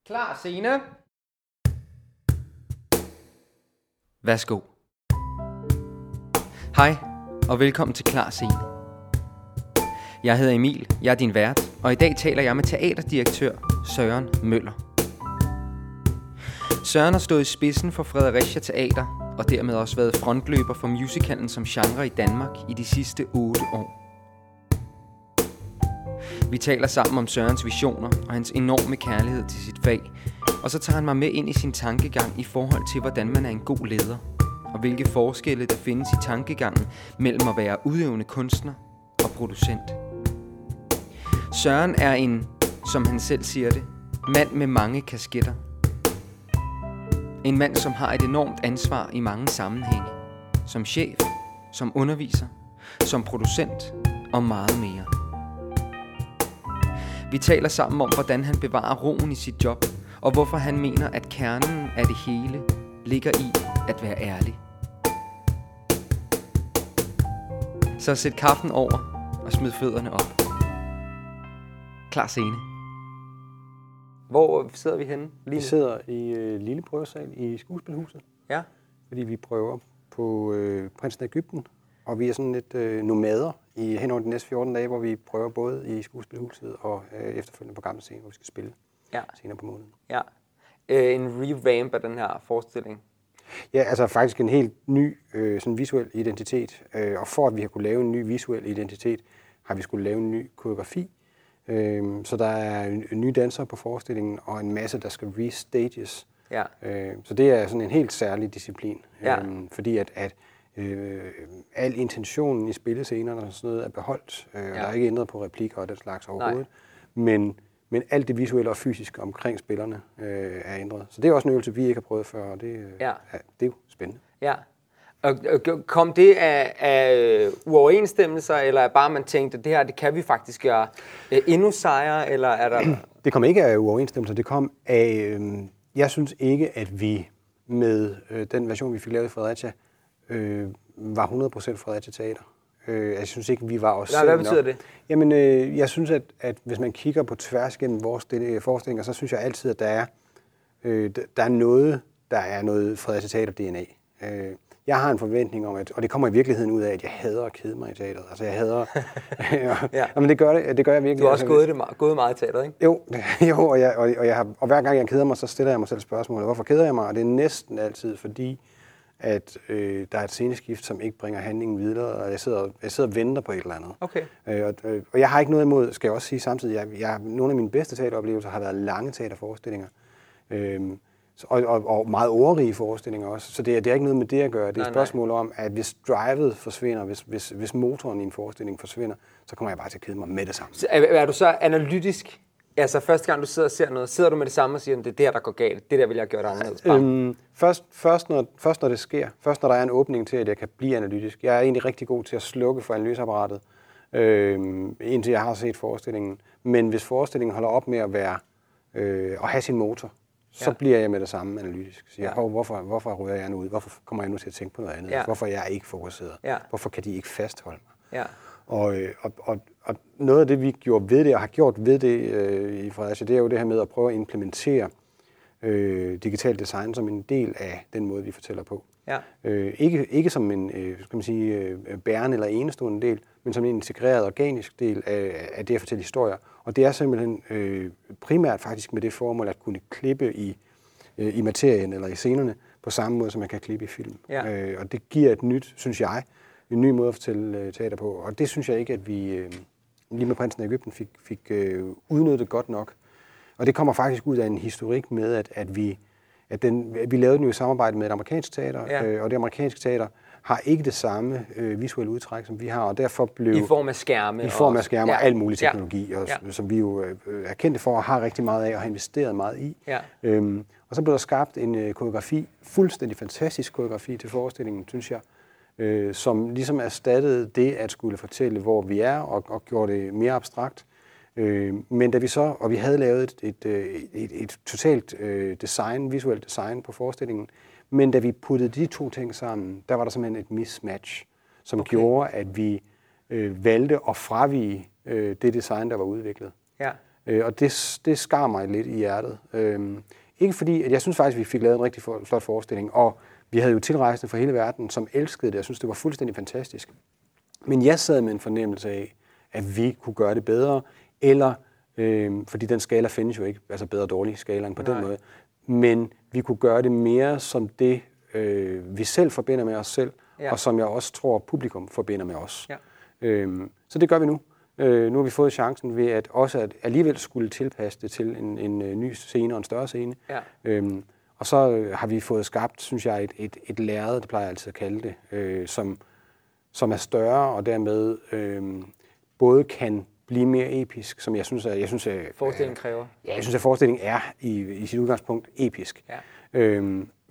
Klar scene. Værsgo. Hej, og velkommen til Klar scene. Jeg hedder Emil, jeg er din vært, og i dag taler jeg med teaterdirektør Søren Møller. Søren har stået i spidsen for Fredericia Teater, og dermed også været frontløber for musicalen som genre i Danmark i de sidste 8 år. Vi taler sammen om Sørens visioner og hans enorme kærlighed til sit fag, og så tager han mig med ind i sin tankegang i forhold til, hvordan man er en god leder, og hvilke forskelle der findes i tankegangen mellem at være udøvende kunstner og producent. Søren er en, som han selv siger det, mand med mange kasketter. En mand, som har et enormt ansvar i mange sammenhænge. Som chef, som underviser, som producent og meget mere. Vi taler sammen om, hvordan han bevarer roen i sit job, og hvorfor han mener, at kernen af det hele ligger i at være ærlig. Så sæt kaffen over og smid fødderne op. Klar scene. Hvor sidder vi henne? Vi sidder i lille prøvesal i Skuespilhuset. Ja. Fordi vi prøver på Prinsen af Egypten. Og vi er sådan lidt nomader hen over de næste 14 dage, hvor vi prøver både i Skuespilhuset og efterfølgende på Gamle Scene, hvor vi skal spille senere på måneden. Ja. En revamp af den her forestilling. Ja, altså faktisk en helt ny sådan visuel identitet. Og for at vi har kunne lave en ny visuel identitet, har vi skulle lave en ny koreografi. Så der er nye dansere på forestillingen, og en masse, der skal restages. Ja. Så det er sådan en helt særlig disciplin. Ja. Fordi at al intentionen i spillescenerne og sådan noget er beholdt. Der er ikke ændret på replikker og den slags overhovedet. Men alt det visuelle og fysiske omkring spillerne er ændret. Så det er også en øvelse, vi ikke har prøvet før, og det er jo spændende. Ja. Og kom det af uoverensstemmelser, eller bare man tænkte, at det her, det kan vi faktisk gøre endnu sejere, eller er der... Det kom ikke af uoverensstemmelser, det kom af... jeg synes ikke, at vi med den version, vi fik lavet i Fredericia, var 100% Fredericia Teater. Jeg synes ikke, vi var os selv hvad betyder det? Jamen, jeg synes, at hvis man kigger på tværs gennem vores forestillinger, så synes jeg altid, at der er noget Fredericia Teater-DNA. Jeg har en forventning om, og det kommer i virkeligheden ud af, at jeg hader at kede mig i teateret. Altså, jeg hader... men det gør jeg virkelig. Du har også gået meget i teateret, ikke? Jo, og hver gang jeg keder mig, så stiller jeg mig selv spørgsmålet, hvorfor keder jeg mig? Og det er næsten altid, fordi at der er et sceneskift, som ikke bringer handlingen videre, og jeg sidder og venter på et eller andet. Okay. Og jeg har ikke noget imod, skal jeg også sige samtidig, nogle af mine bedste teateroplevelser har været lange teaterforestillinger. Og meget ordrige forestillinger også. Så det er ikke noget med det at gøre. Det er et spørgsmål om, at hvis drivet forsvinder, hvis motoren i en forestilling forsvinder, så kommer jeg bare til at kede mig med det samme. Så er du så analytisk? Altså første gang du sidder og ser noget, sidder du med det samme og siger, at det er der går galt, det der vil jeg gøre det anderledes? Først når det sker. Først når der er en åbning til, at jeg kan blive analytisk. Jeg er egentlig rigtig god til at slukke for analyseapparatet, indtil jeg har set forestillingen. Men hvis forestillingen holder op med at være at have sin motor, så bliver jeg med det samme analytisk. Så hvorfor ryger jeg nu ud? Hvorfor kommer jeg nu til at tænke på noget andet? Hvorfor er jeg ikke fokuseret? Hvorfor kan de ikke fastholde mig? Og noget af det, vi gjorde ved det, og har gjort ved det i Fredericia, det er jo det her med at prøve at implementere digital design som en del af den måde, vi fortæller på. Ja. Ikke som en bærende eller enestående del, men som en integreret, organisk del af det at fortælle historier. Og det er simpelthen primært faktisk med det formål at kunne klippe i materien eller i scenerne på samme måde, som man kan klippe i film. Ja. Og det giver et nyt, synes jeg, en ny måde at fortælle teater på. Og det synes jeg ikke, at vi lige med Prinsen af Egypten fik udnyttet godt nok. Og det kommer faktisk ud af en historik med, at vi lavede den jo i samarbejde med et amerikansk teater, og det amerikanske teater har ikke det samme visuelle udtræk, som vi har, og derfor blev... I form af skærme. Og al mulig teknologi, som vi jo er kendte for og har rigtig meget af og har investeret meget i. Ja. Og så blev der skabt en koreografi, fuldstændig fantastisk koreografi til forestillingen, synes jeg, som ligesom erstattede det at skulle fortælle, hvor vi er, og gjorde det mere abstrakt. Men da vi havde lavet et totalt visuelt design på forestillingen, men da vi puttede de to ting sammen, der var der simpelthen et mismatch, som gjorde, at vi valgte at fravige det design, der var udviklet. Ja. Og det skar mig lidt i hjertet. Ikke fordi, at jeg synes faktisk, at vi fik lavet en rigtig flot forestilling, og vi havde jo tilrejsende fra hele verden, som elskede det. Jeg synes, det var fuldstændig fantastisk. Men jeg sad med en fornemmelse af, at vi kunne gøre det bedre, eller, fordi den skala findes jo ikke, altså bedre og dårlig skalaen på den måde, men vi kunne gøre det mere som det, vi selv forbinder med os selv, og som jeg også tror, publikum forbinder med os. Ja. Så det gør vi nu. Nu har vi fået chancen ved at alligevel skulle tilpasse det til en ny scene og en større scene. Ja. Og så har vi fået skabt, synes jeg, et lærred, det plejer jeg altid at kalde det, som er større og dermed både kan blive mere episk, som jeg synes forestillingen kræver. Ja, jeg synes, at forestillingen er i sit udgangspunkt episk. Ja.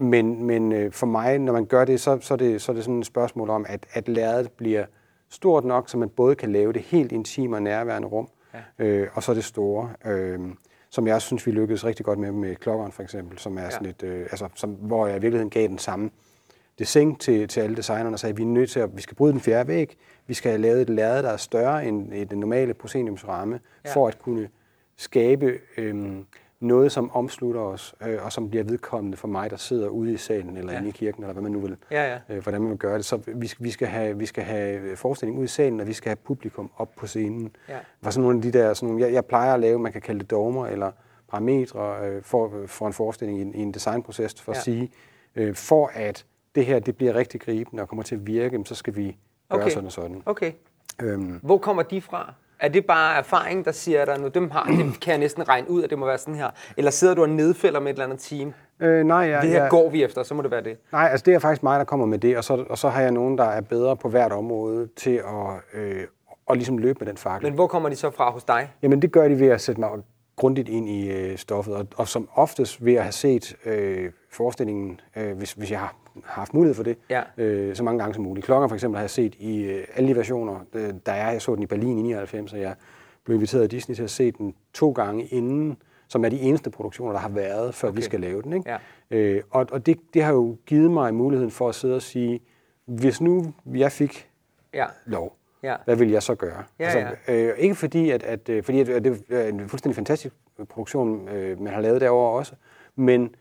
Men for mig, når man gør det, så er det sådan et spørgsmål om, at lærredet bliver stort nok, så man både kan lave det helt intime og nærværende rum, og så det store, som jeg også synes, vi lykkedes rigtig godt med Klokkeren for eksempel, som er sådan et, hvor jeg i virkeligheden gav den samme design til alle designerne og sagde, at vi er nødt til vi skal bryde den fjerde væg, vi skal have lavet et lærred, der er større end den normale prosceniumsramme, for at kunne skabe noget, som omslutter os, og som bliver vedkommende for mig, der sidder ude i salen, eller inde i kirken, eller hvad man nu vil, hvordan man vil gøre det. Så vi skal have forestilling ude i salen, og vi skal have publikum op på scenen. Ja. Var sådan nogle af de der, jeg plejer at lave, man kan kalde det dogmer, eller parametre, for en forestilling i en designproces, for at sige, for at det her, det bliver rigtig gribende og kommer til at virke, så skal vi gøre sådan og sådan. Okay. Hvor kommer de fra? Er det bare erfaring, der siger dig, det kan jeg næsten regne ud, at det må være sådan her? Eller sidder du og nedfælder med et eller andet team? Nej, det her går vi efter, så må det være det. Nej, altså det er faktisk mig, der kommer med det, og så har jeg nogen, der er bedre på hvert område til at ligesom løbe med den fakkel. Men hvor kommer de så fra hos dig? Jamen det gør de ved at sætte mig grundigt ind i stoffet, og som oftest ved at have set forestillingen, hvis jeg har haft mulighed for det, så mange gange som muligt. Klokkeren for eksempel har jeg set i alle de versioner, jeg så den i Berlin i 99, og jeg blev inviteret af Disney til at se den 2 gange inden, som er de eneste produktioner, der har været, før vi skal lave den. Ikke? Ja. Og det har jo givet mig muligheden for at sidde og sige, hvis nu jeg fik lov, hvad vil jeg så gøre? Ikke fordi, fordi det er en fuldstændig fantastisk produktion, man har lavet derovre også, men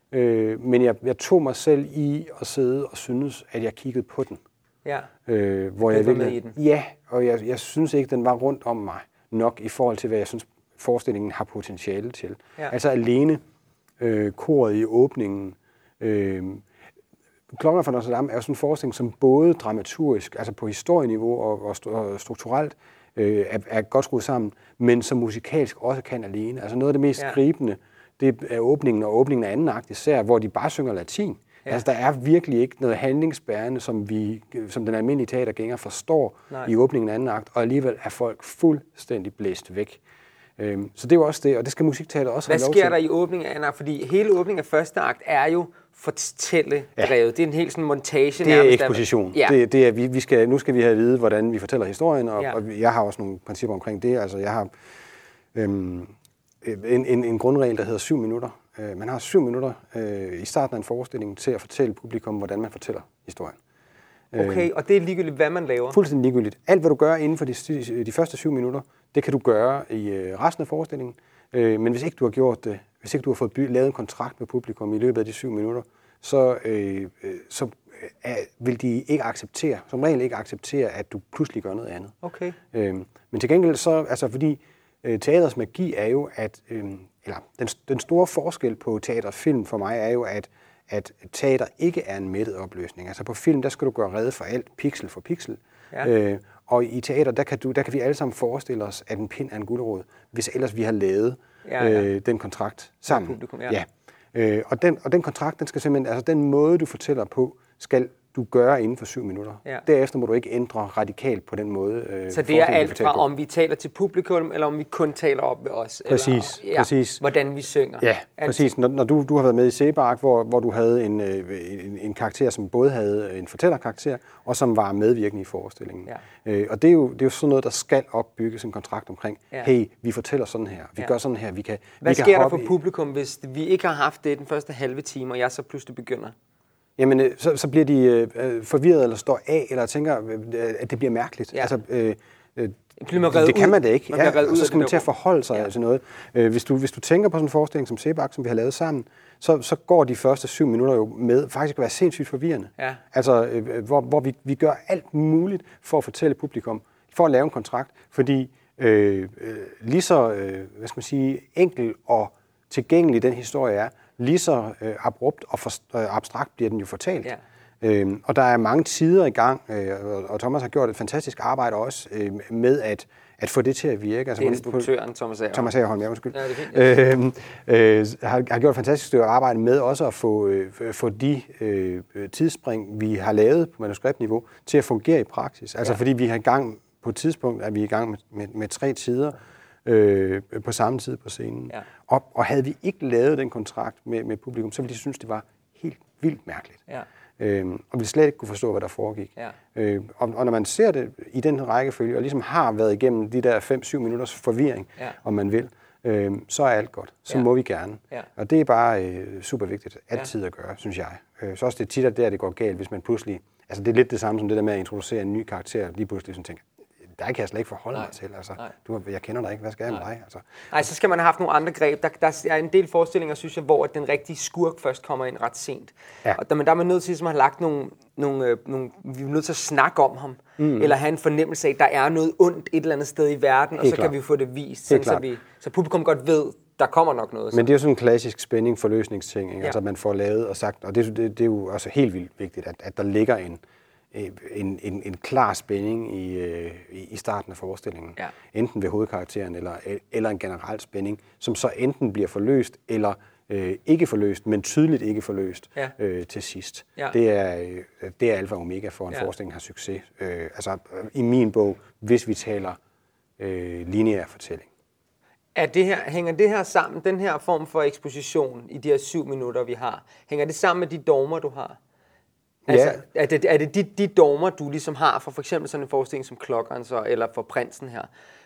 jeg tog mig selv i at sidde og synes, at jeg kiggede på den. Ja. Hvor jeg virkelig, i den. Ja, og jeg synes ikke, den var rundt om mig nok i forhold til, hvad jeg synes, forestillingen har potentiale til. Ja. Altså alene koret i åbningen. Klokkeren fra Notre Dame er jo sådan en forestilling, som både dramaturgisk, altså på historieniveau og strukturelt, er godt skruet sammen, men som musikalsk også kan alene. Altså noget af det mest gribende, det er åbningen, og åbningen af anden akt især, hvor de bare synger latin. Ja. Altså der er virkelig ikke noget handlingsbærende, som den almindelige teatergænger forstår i åbningen af anden akt, og alligevel er folk fuldstændig blæst væk. Så det er jo også det, og det skal musikteater også have lov til. Hvad sker der i åbningen af anden akt? Fordi hele åbningen af første akt er jo fortælledrevet. Ja. Det er en helt sådan montage. Det er eksposition. Ja. Det er, nu skal vi have at vide, hvordan vi fortæller historien, og jeg har også nogle principper omkring det. Altså jeg har en grundregel, der hedder 7 minutter. Man har 7 minutter i starten af en forestilling til at fortælle publikum, hvordan man fortæller historien. Okay, og det er ligegyldigt, hvad man laver? Fuldstændig ligegyldigt. Alt, hvad du gør inden for de første 7 minutter, det kan du gøre i resten af forestillingen. Men hvis ikke du har gjort det, hvis ikke du har fået lavet en kontrakt med publikum i løbet af de 7 minutter, så vil de ikke acceptere, som regel ikke acceptere, at du pludselig gør noget andet. Okay. Men til gengæld så, altså fordi teatrets magi er jo, at den store forskel på teater og film for mig er jo, at teater ikke er en mættet opløsning. Altså på film, der skal du gøre rede for alt, pixel for pixel. Ja. Og i teater, der kan vi alle sammen forestille os, at en pind er en gulerod, hvis ellers vi har lavet den kontrakt sammen. Publikum, og den kontrakt, den skal simpelthen, altså den måde, du fortæller på, skal du gøre inden for 7 minutter. Ja. Derefter må du ikke ændre radikalt på den måde. Så det er alt fra, om vi taler til publikum, eller om vi kun taler op med os. Præcis, eller, præcis. Hvordan vi synger. Ja, præcis. Når du har været med i Sebark, hvor du havde en karakter, som både havde en fortællerkarakter, og som var medvirkende i forestillingen. Ja. Og det er jo sådan noget, der skal opbygges en kontrakt omkring. Ja. Hey, vi fortæller sådan her, vi gør sådan her. Hvad sker der for publikum, hvis vi ikke har haft det den første halve time, og jeg så pludselig begynder? Jamen, så bliver de forvirret, eller står af, eller tænker, at det bliver mærkeligt. Ja. Altså, det kan man da ikke. Og så skal man til at forholde sig til noget. Hvis du tænker på sådan en forestilling som Sebak, som vi har lavet sammen, så går de første 7 minutter jo med faktisk at være sindssygt forvirrende. Ja. Altså, hvor vi gør alt muligt for at fortælle publikum, for at lave en kontrakt, fordi lige så, hvad skal man sige, enkel og tilgængelig den historie er, lige så abrupt og abstrakt bliver den jo fortalt. Ja. Og der er mange tider i gang, og Thomas har gjort et fantastisk arbejde også med at få det til at virke. Altså, det er instruktøren, Thomas Agerholm, undskyld. Ja, har gjort et fantastisk stykke arbejde med også at få de tidsspring, vi har lavet på manuskriptniveau, til at fungere i praksis. Altså fordi vi har i gang, på et tidspunkt er vi i gang med 3 tider på samme tid på scenen. Ja. Og havde vi ikke lavet den kontrakt med publikum, så ville de synes, det var helt vildt mærkeligt. Ja. Og vi slet ikke kunne forstå, hvad der foregik. Ja. Og når man ser det i den rækkefølge, og ligesom har været igennem de der 5-7 minutters forvirring, om man vil, så er alt godt. Så må vi gerne. Ja. Og det er bare super vigtigt altid at gøre, synes jeg. Så også det tit er der, det går galt, hvis man pludselig... Altså det er lidt det samme som det der med at introducere en ny karakter, lige pludselig sådan tænker, der kan jeg slet ikke forholde mig til. Altså, jeg kender dig ikke. Hvad skal jeg med dig? Altså. Nej, så skal man have haft nogle andre greb. Der er en del forestillinger, synes jeg, hvor den rigtige skurk først kommer ind ret sent. Ja. Og der er man nødt til at have lagt nogle vi er nødt til at snakke om ham. Eller have en fornemmelse af, at der er noget ondt et eller andet sted i verden, og så kan vi få det vist, så publikum godt ved, der kommer nok noget. Men det er jo sådan en klassisk spænding-forløsningsting, ikke? Ja. Altså man får lavet og sagt, og det er jo også helt vildt vigtigt, at der ligger en klar spænding i starten af forestillingen. Ja. Enten ved hovedkarakteren eller en generel spænding, som så enten bliver forløst eller ikke forløst, men tydeligt ikke forløst til sidst. Ja. Det er alfa og omega for en forestilling har succes. Altså i min bog, hvis vi taler lineær fortælling. Hænger det her sammen, den her form for eksposition i de her 7 minutter, vi har, hænger det sammen med de dogmer, du har? Altså, er det de dogmer, du ligesom har for eksempel sådan en forestilling som Klokkeren så, eller for Prinsen her?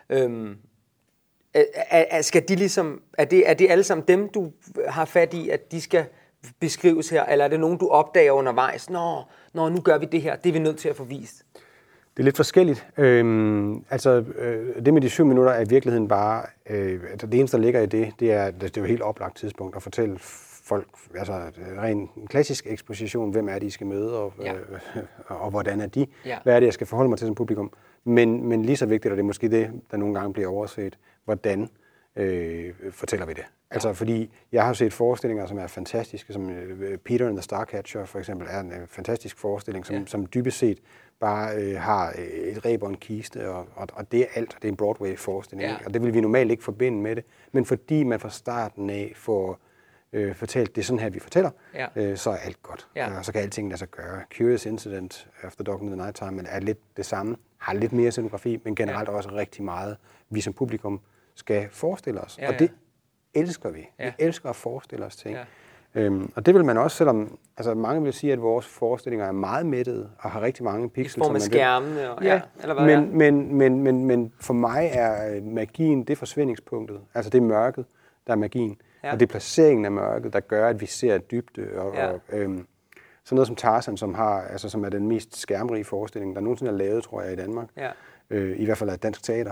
Skal de ligesom, er det alle sammen dem, du har fat i, at de skal beskrives her, eller er det nogen, du opdager undervejs? Nå, nu gør vi det her, det er vi nødt til at få vist. Det er lidt forskelligt. Det med de 7 minutter er i virkeligheden bare, det eneste, der ligger i det er jo et helt oplagt tidspunkt at fortælle folk, altså ren klassisk eksposition, hvem er de skal møde, og hvordan er de, hvad er det, jeg skal forholde mig til som publikum. Men lige så vigtigt, og det er måske det, der nogle gange bliver overset, hvordan fortæller vi det. Altså fordi jeg har set forestillinger, som er fantastiske, som Peter and the Starcatcher for eksempel er en fantastisk forestilling, som dybest set bare har et reb og en kiste, og det er alt, det er en Broadway-forestilling, og det vil vi normalt ikke forbinde med det, men fordi man fra starten af får fortalt, det er sådan her, vi fortæller, så er alt godt. Og så kan alting lade sig gøre. Curious Incident, After Dark in the Nighttime, er lidt det samme, har lidt mere scenografi, men generelt også rigtig meget, vi som publikum skal forestille os. Og det elsker vi. Vi elsker at forestille os ting. Og det vil man også, selvom mange vil sige, at vores forestillinger er meget mættede og har rigtig mange pixels. I form af skærmene. Eller hvad men for mig er magien det forsvindingspunktet. Altså det er mørket, der er magien. Og det er placeringen af mørket, der gør, at vi ser dybde. Sådan noget som Tarzan, som er den mest skærmrige forestilling, der nogensinde er lavet, tror jeg, i Danmark. I hvert fald af dansk teater.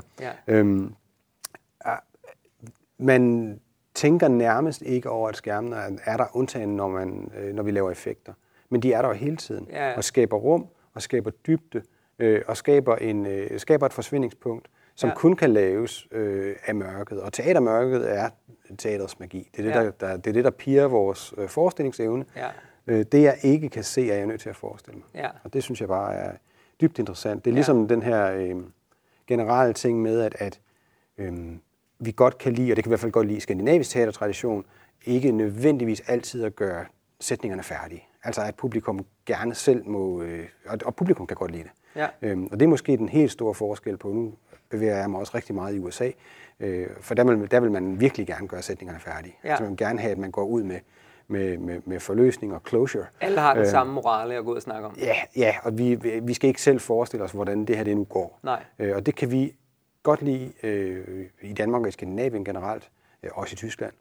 Man tænker nærmest ikke over, at skærmene er der undtagen, når vi laver effekter. Men de er der jo hele tiden, og skaber rum, og skaber dybde, og skaber et forsvindingspunkt, som kun kan laves af mørket. Og teatermørket er teatrets magi. Det er det, der pirrer vores forestillingsevne. Det, jeg ikke kan se, er jeg nødt til at forestille mig. Og det synes jeg bare er dybt interessant. Det er ligesom den her generelle ting med, at vi godt kan lide, og det kan vi i hvert fald godt lide, skandinavisk teatertradition, ikke nødvendigvis altid at gøre sætningerne færdige. Altså at publikum gerne selv må, og publikum kan godt lide det. Og det er måske den helt store forskel på, nu bevæger jeg mig også rigtig meget i USA, for der vil man virkelig gerne gøre sætningerne færdige. Altså man vil gerne have, at man går ud med forløsning og closure. Alle har den samme morale at gå ud og snakke om. Ja, og vi skal ikke selv forestille os, hvordan det her det nu går. Nej. Og det kan vi godt lide i Danmark og i Skandinavien generelt, også i Tyskland,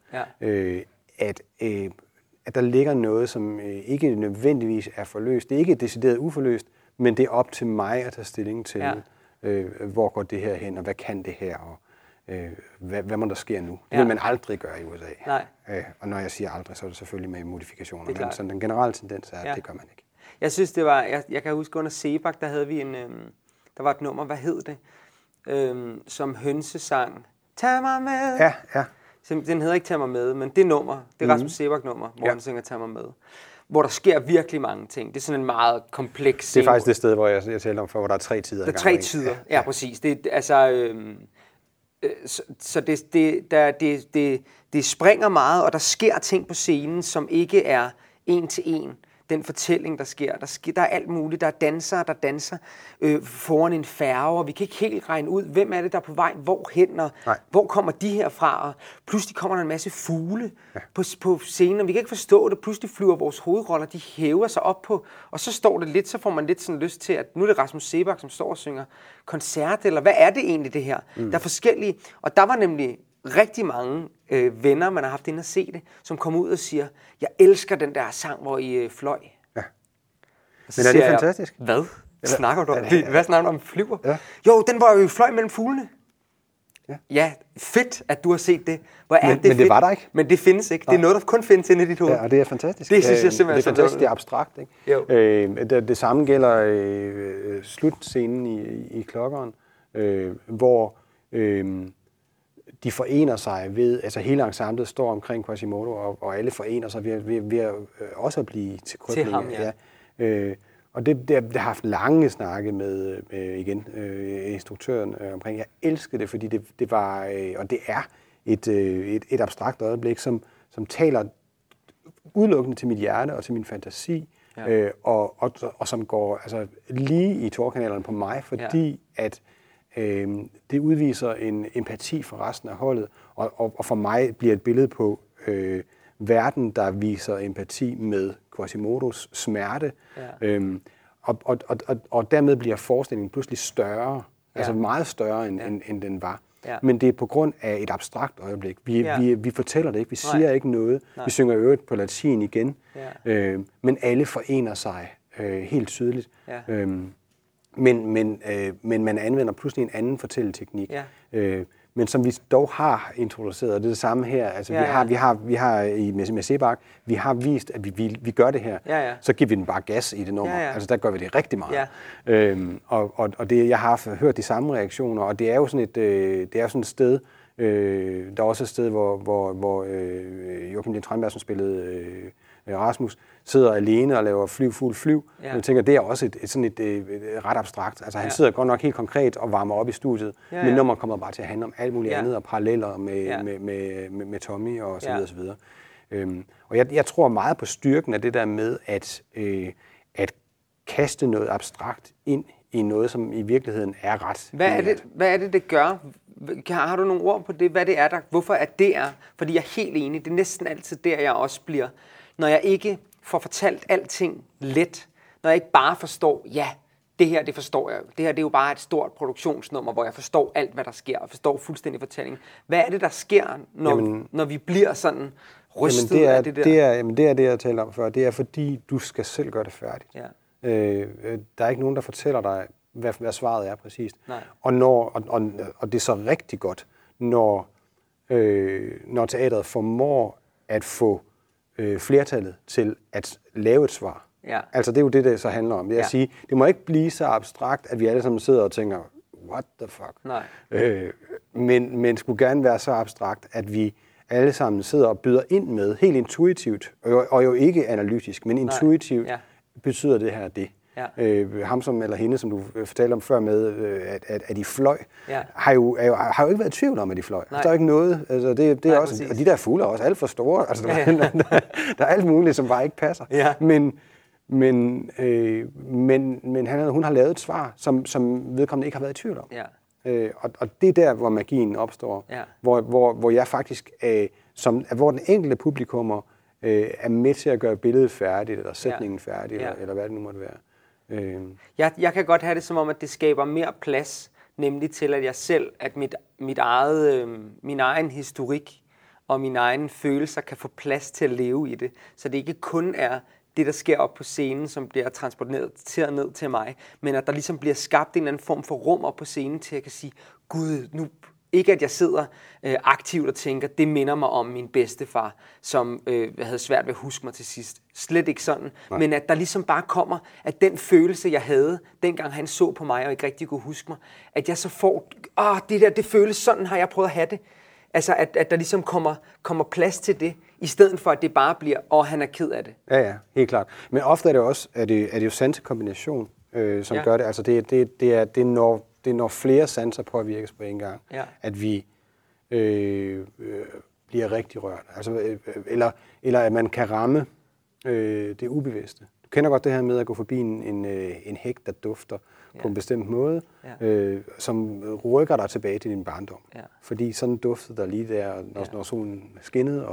at der ligger noget, som ikke nødvendigvis er forløst. Det er ikke decideret uforløst, men det er op til mig at tage stilling til, hvor går det her hen, og hvad kan det her, og hvad må der sker nu? Det vil man aldrig gøre i USA. Nej. Og når jeg siger aldrig, så er det selvfølgelig med modifikationer. Men sådan den generelle tendens er, at det gør man ikke. Jeg synes, det var... Jeg kan huske under Sebak, der havde vi der var et nummer, hvad hed det? Som hønsesang. Tag mig med! Ja. Den hedder ikke Tag mig med, men det nummer, det er Rasmus Sebak-nummer, hvor han synger Tag mig med. Hvor der sker virkelig mange ting. Det er sådan en meget kompleks... Det er faktisk det sted, hvor jeg talte om før, hvor der er 3 tider. Der er 3 tider, ja præcis. Det, altså, så det springer meget, og der sker ting på scenen, som ikke er en til en. Den fortælling, der sker. Der er alt muligt. Der er dansere, der danser foran en færge, og vi kan ikke helt regne ud, hvem er det, der er på vej hvorhen, og hvor kommer de her fra. Og pludselig kommer der en masse fugle på scenen, og vi kan ikke forstå det. Pludselig flyver vores hovedroller, de hæver sig op på, og så står det lidt, så får man lidt sådan lyst til, at nu er det Rasmus Sebak, som står og synger koncert, eller hvad er det egentlig, det her? Der er forskellige, og der var nemlig rigtig mange venner, man har haft inde at se det, som kommer ud og siger, jeg elsker den der sang, hvor I fløj. Ja. Men er det fantastisk? Hvad snakker du om? Hvad snakker du om, flyver? Ja. Jo, den var jo fløj mellem fuglene. Ja, fedt, at du har set det. Men det var der ikke. Men det findes ikke. Det er noget, der kun findes inde i dit hoved. Ja, og det er fantastisk. Det synes jeg simpelthen det er fantastisk, det er abstrakt. Ikke? Det samme gælder slutscenen i Klokkeren, hvor de forener sig ved, altså hele ensemblet står omkring Quasimodo, og alle forener sig ved også at blive til krybninger. Til ham, og det har haft lange snakke med instruktøren omkring. Jeg elskede det, fordi det var, og det er et abstrakt øjeblik, som taler udelukkende til mit hjerte og til min fantasi, og som går altså lige i tårkanalerne på mig, fordi at det udviser en empati for resten af holdet, og for mig bliver et billede på verden, der viser empati med Quasimodos smerte, og dermed bliver forestillingen pludselig større, altså meget større, end den var. Ja. Men det er på grund af et abstrakt øjeblik. Vi fortæller det ikke, vi siger ikke noget, vi synger øvrigt på latin igen, men alle forener sig helt tydeligt. Ja. Men man anvender pludselig en anden fortælleteknik, men som vi dog har introduceret, og det er det samme her. Altså vi har med Sebak, vi har vist, at vi gør det her. Så giver vi den bare gas i det nummer. Altså der gør vi det rigtig meget. Og det, jeg har hørt de samme reaktioner, og det er jo sådan et sted. Der er også et sted, hvor Joachim Lind Tranberg, som spillede Rasmus, sidder alene og laver flyv. Jeg tænker, det er også et ret abstrakt. Altså han sidder godt nok helt konkret og varmer op i studiet, men nummeret kommer bare til at handle om alt muligt andet, og paralleller med Tommy og så videre, så videre. Og jeg tror meget på styrken af det der med at kaste noget abstrakt ind i noget, som i virkeligheden er ret. Hvad er det gør? Har du nogle ord på det? Hvad det er der? Hvorfor er det er? Fordi jeg er helt enig. Det er næsten altid der, jeg også bliver. Når jeg ikke får fortalt alting let. Når jeg ikke bare forstår, det her, det forstår jeg. Det her, det er jo bare et stort produktionsnummer, hvor jeg forstår alt, hvad der sker, og forstår fuldstændig fortællingen. Hvad er det, der sker, når vi bliver sådan rystet af det der? Det er det, jeg talte om før. Det er, fordi du skal selv gøre det færdigt. Ja. Der er ikke nogen, der fortæller dig, hvad svaret er præcist. Og det er så rigtig godt, når teatret formår at få flertallet til at lave et svar. Ja. Altså det er jo det så handler om. Det er at sige, det må ikke blive så abstrakt, at vi alle sammen sidder og tænker, what the fuck? Nej. Men skulle gerne være så abstrakt, at vi alle sammen sidder og byder ind med, helt intuitivt, og jo ikke analytisk, men intuitivt betyder det her det. Ja. Ham eller hende, som du fortalte om før med, at de fløj, har jo ikke været i tvivl om, at de fløj. Altså, der er ikke noget. Altså, det er også, og de der fugle er også alt for store. Altså, der er alt muligt, som bare ikke passer. Ja. Men hun har lavet et svar, som vedkommende ikke har været i tvivl om. Ja. Og det er der, hvor magien opstår. Ja. Hvor jeg faktisk, hvor den enkelte publikummer er med til at gøre billedet færdigt, eller sætningen færdig, eller hvad det nu måtte være. Jeg kan godt have det som om, at det skaber mere plads, nemlig til, at jeg selv, at min egen historik og mine egne følelser kan få plads til at leve i det. Så det ikke kun er det, der sker op på scenen, som bliver transporteret ned til mig, men at der ligesom bliver skabt en eller anden form for rum op på scenen, til at jeg kan sige, gud, nu ikke at jeg sidder aktivt og tænker, det minder mig om min bedstefar, som havde svært ved at huske mig til sidst. Slet ikke sådan. Nej. Men at der ligesom bare kommer, at den følelse, jeg havde, dengang han så på mig og ikke rigtig kunne huske mig, at jeg så får, det føles, sådan har jeg prøvet at have det. Altså, at der ligesom kommer plads til det, i stedet for, at det bare bliver, han er ked af det. Ja, helt klart. Men ofte er det også, er det jo sansekombination, som gør det. Altså, det er når flere sanser påvirkes på en gang, at vi bliver rigtig rørt. Altså, eller at man kan ramme det ubevidste. Du kender godt det her med at gå forbi en hæk, der dufter på en bestemt måde, som rykker dig tilbage til din barndom. Ja. Fordi sådan duftede der lige der, når solen skinnede.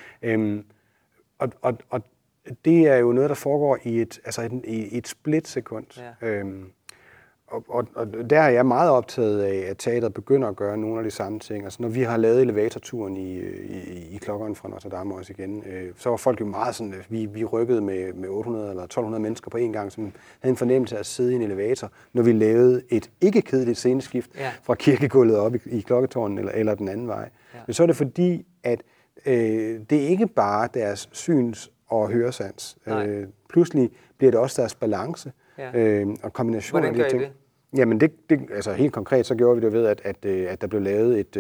Og det er jo noget, der foregår i et splitsekund. Ja. Og der er jeg meget optaget af, at teateret begynder at gøre nogle af de samme ting. Altså, når vi har lavet elevatorturen i Klokkeren fra Notre Dame også igen, så var folk jo meget sådan, at vi rykkede med 800 eller 1200 mennesker på en gang, som havde en fornemmelse af at sidde i en elevator, når vi lavede et ikke-kedeligt sceneskift fra kirkegulvet op i klokketårnen eller den anden vej. Ja. Men så er det fordi, at det er ikke bare deres syns- og høresans. Pludselig bliver det også deres balance og kombination af de ting. Hvordan gør I det? Jamen, altså helt konkret, så gjorde vi det ved, at der blev lavet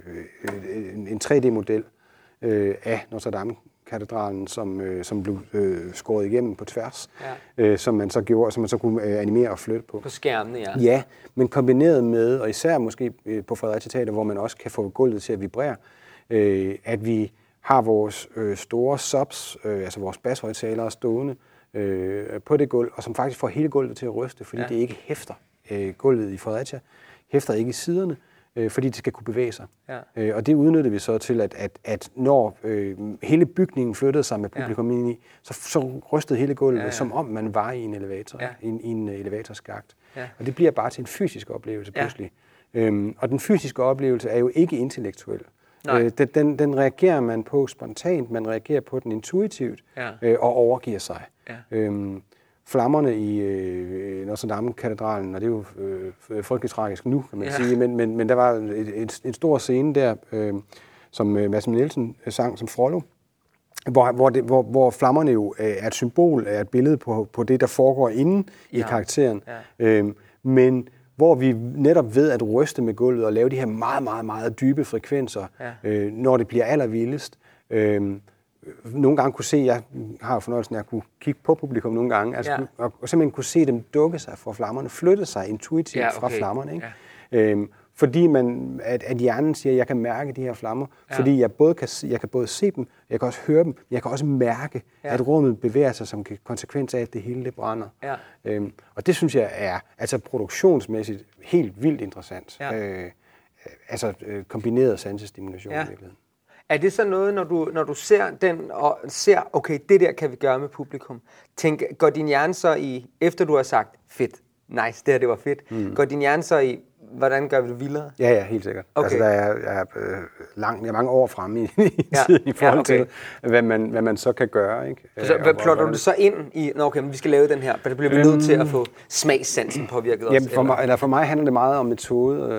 en 3D-model af Notre Dame-katedralen, som blev skåret igennem på tværs, som man så kunne animere og flytte på. På skærmene, ja. Ja, men kombineret med, og især måske på Fredericia Teater, hvor man også kan få gulvet til at vibrere, at vi har vores store subs, altså vores bashøjtalere stående på det gulv, og som faktisk får hele gulvet til at ryste, fordi det ikke hæfter. Gulvet i Fredericia hæfter ikke i siderne, fordi det skal kunne bevæge sig. Ja. Og det udnyttede vi så til, at når hele bygningen flyttede sig med publikum ind i, så rystede hele gulvet, som om man var i en elevator, i en elevatorskakt. Ja. Og det bliver bare til en fysisk oplevelse pludselig. Og den fysiske oplevelse er jo ikke intellektuel. Den reagerer man på spontant, man reagerer på den intuitivt og overgiver sig. Ja. Flammerne i Notre Dame-katedralen, og det er jo frygteligt tragisk nu, kan man sige, men der var en stor scene der, som Mads Nielsen sang som Frollo, hvor flammerne jo er et symbol, er et billede på det, der foregår inde i karakteren. Ja. Men hvor vi netop ved at ryste med gulvet og lave de her meget, meget, meget dybe frekvenser, når det bliver allervildest. Nogle gange kunne se, jeg har jo fornøjelsen af at kunne kigge på publikum nogle gange, altså, og simpelthen kunne se dem dukke sig fra flammerne, flytte sig intuitivt fra flammerne. Ikke? Ja. Fordi at hjernen siger, at jeg kan mærke de her flammer, fordi jeg kan både se dem, jeg kan også høre dem, jeg kan også mærke, at rummet bevæger sig som konsekvens af, at det hele det brænder. Ja. Og det synes jeg er altså produktionsmæssigt helt vildt interessant. Ja. Kombineret sansestimulation i virkeligheden. Er det så noget, når du ser den og ser, okay, det der kan vi gøre med publikum, går din hjerne så efter du har sagt, fedt, nice, det var fedt, går din hjerne så i, hvordan gør vi det vildere? Ja, helt sikkert. Okay. Altså, jeg er mange år fremme i tiden i forhold til, hvad man så kan gøre. Ikke? Så plotter du det så ind i, okay, men vi skal lave den her, men det bliver vi nødt til at få smagssansen påvirket også? Jamen, for mig handler det meget om metode.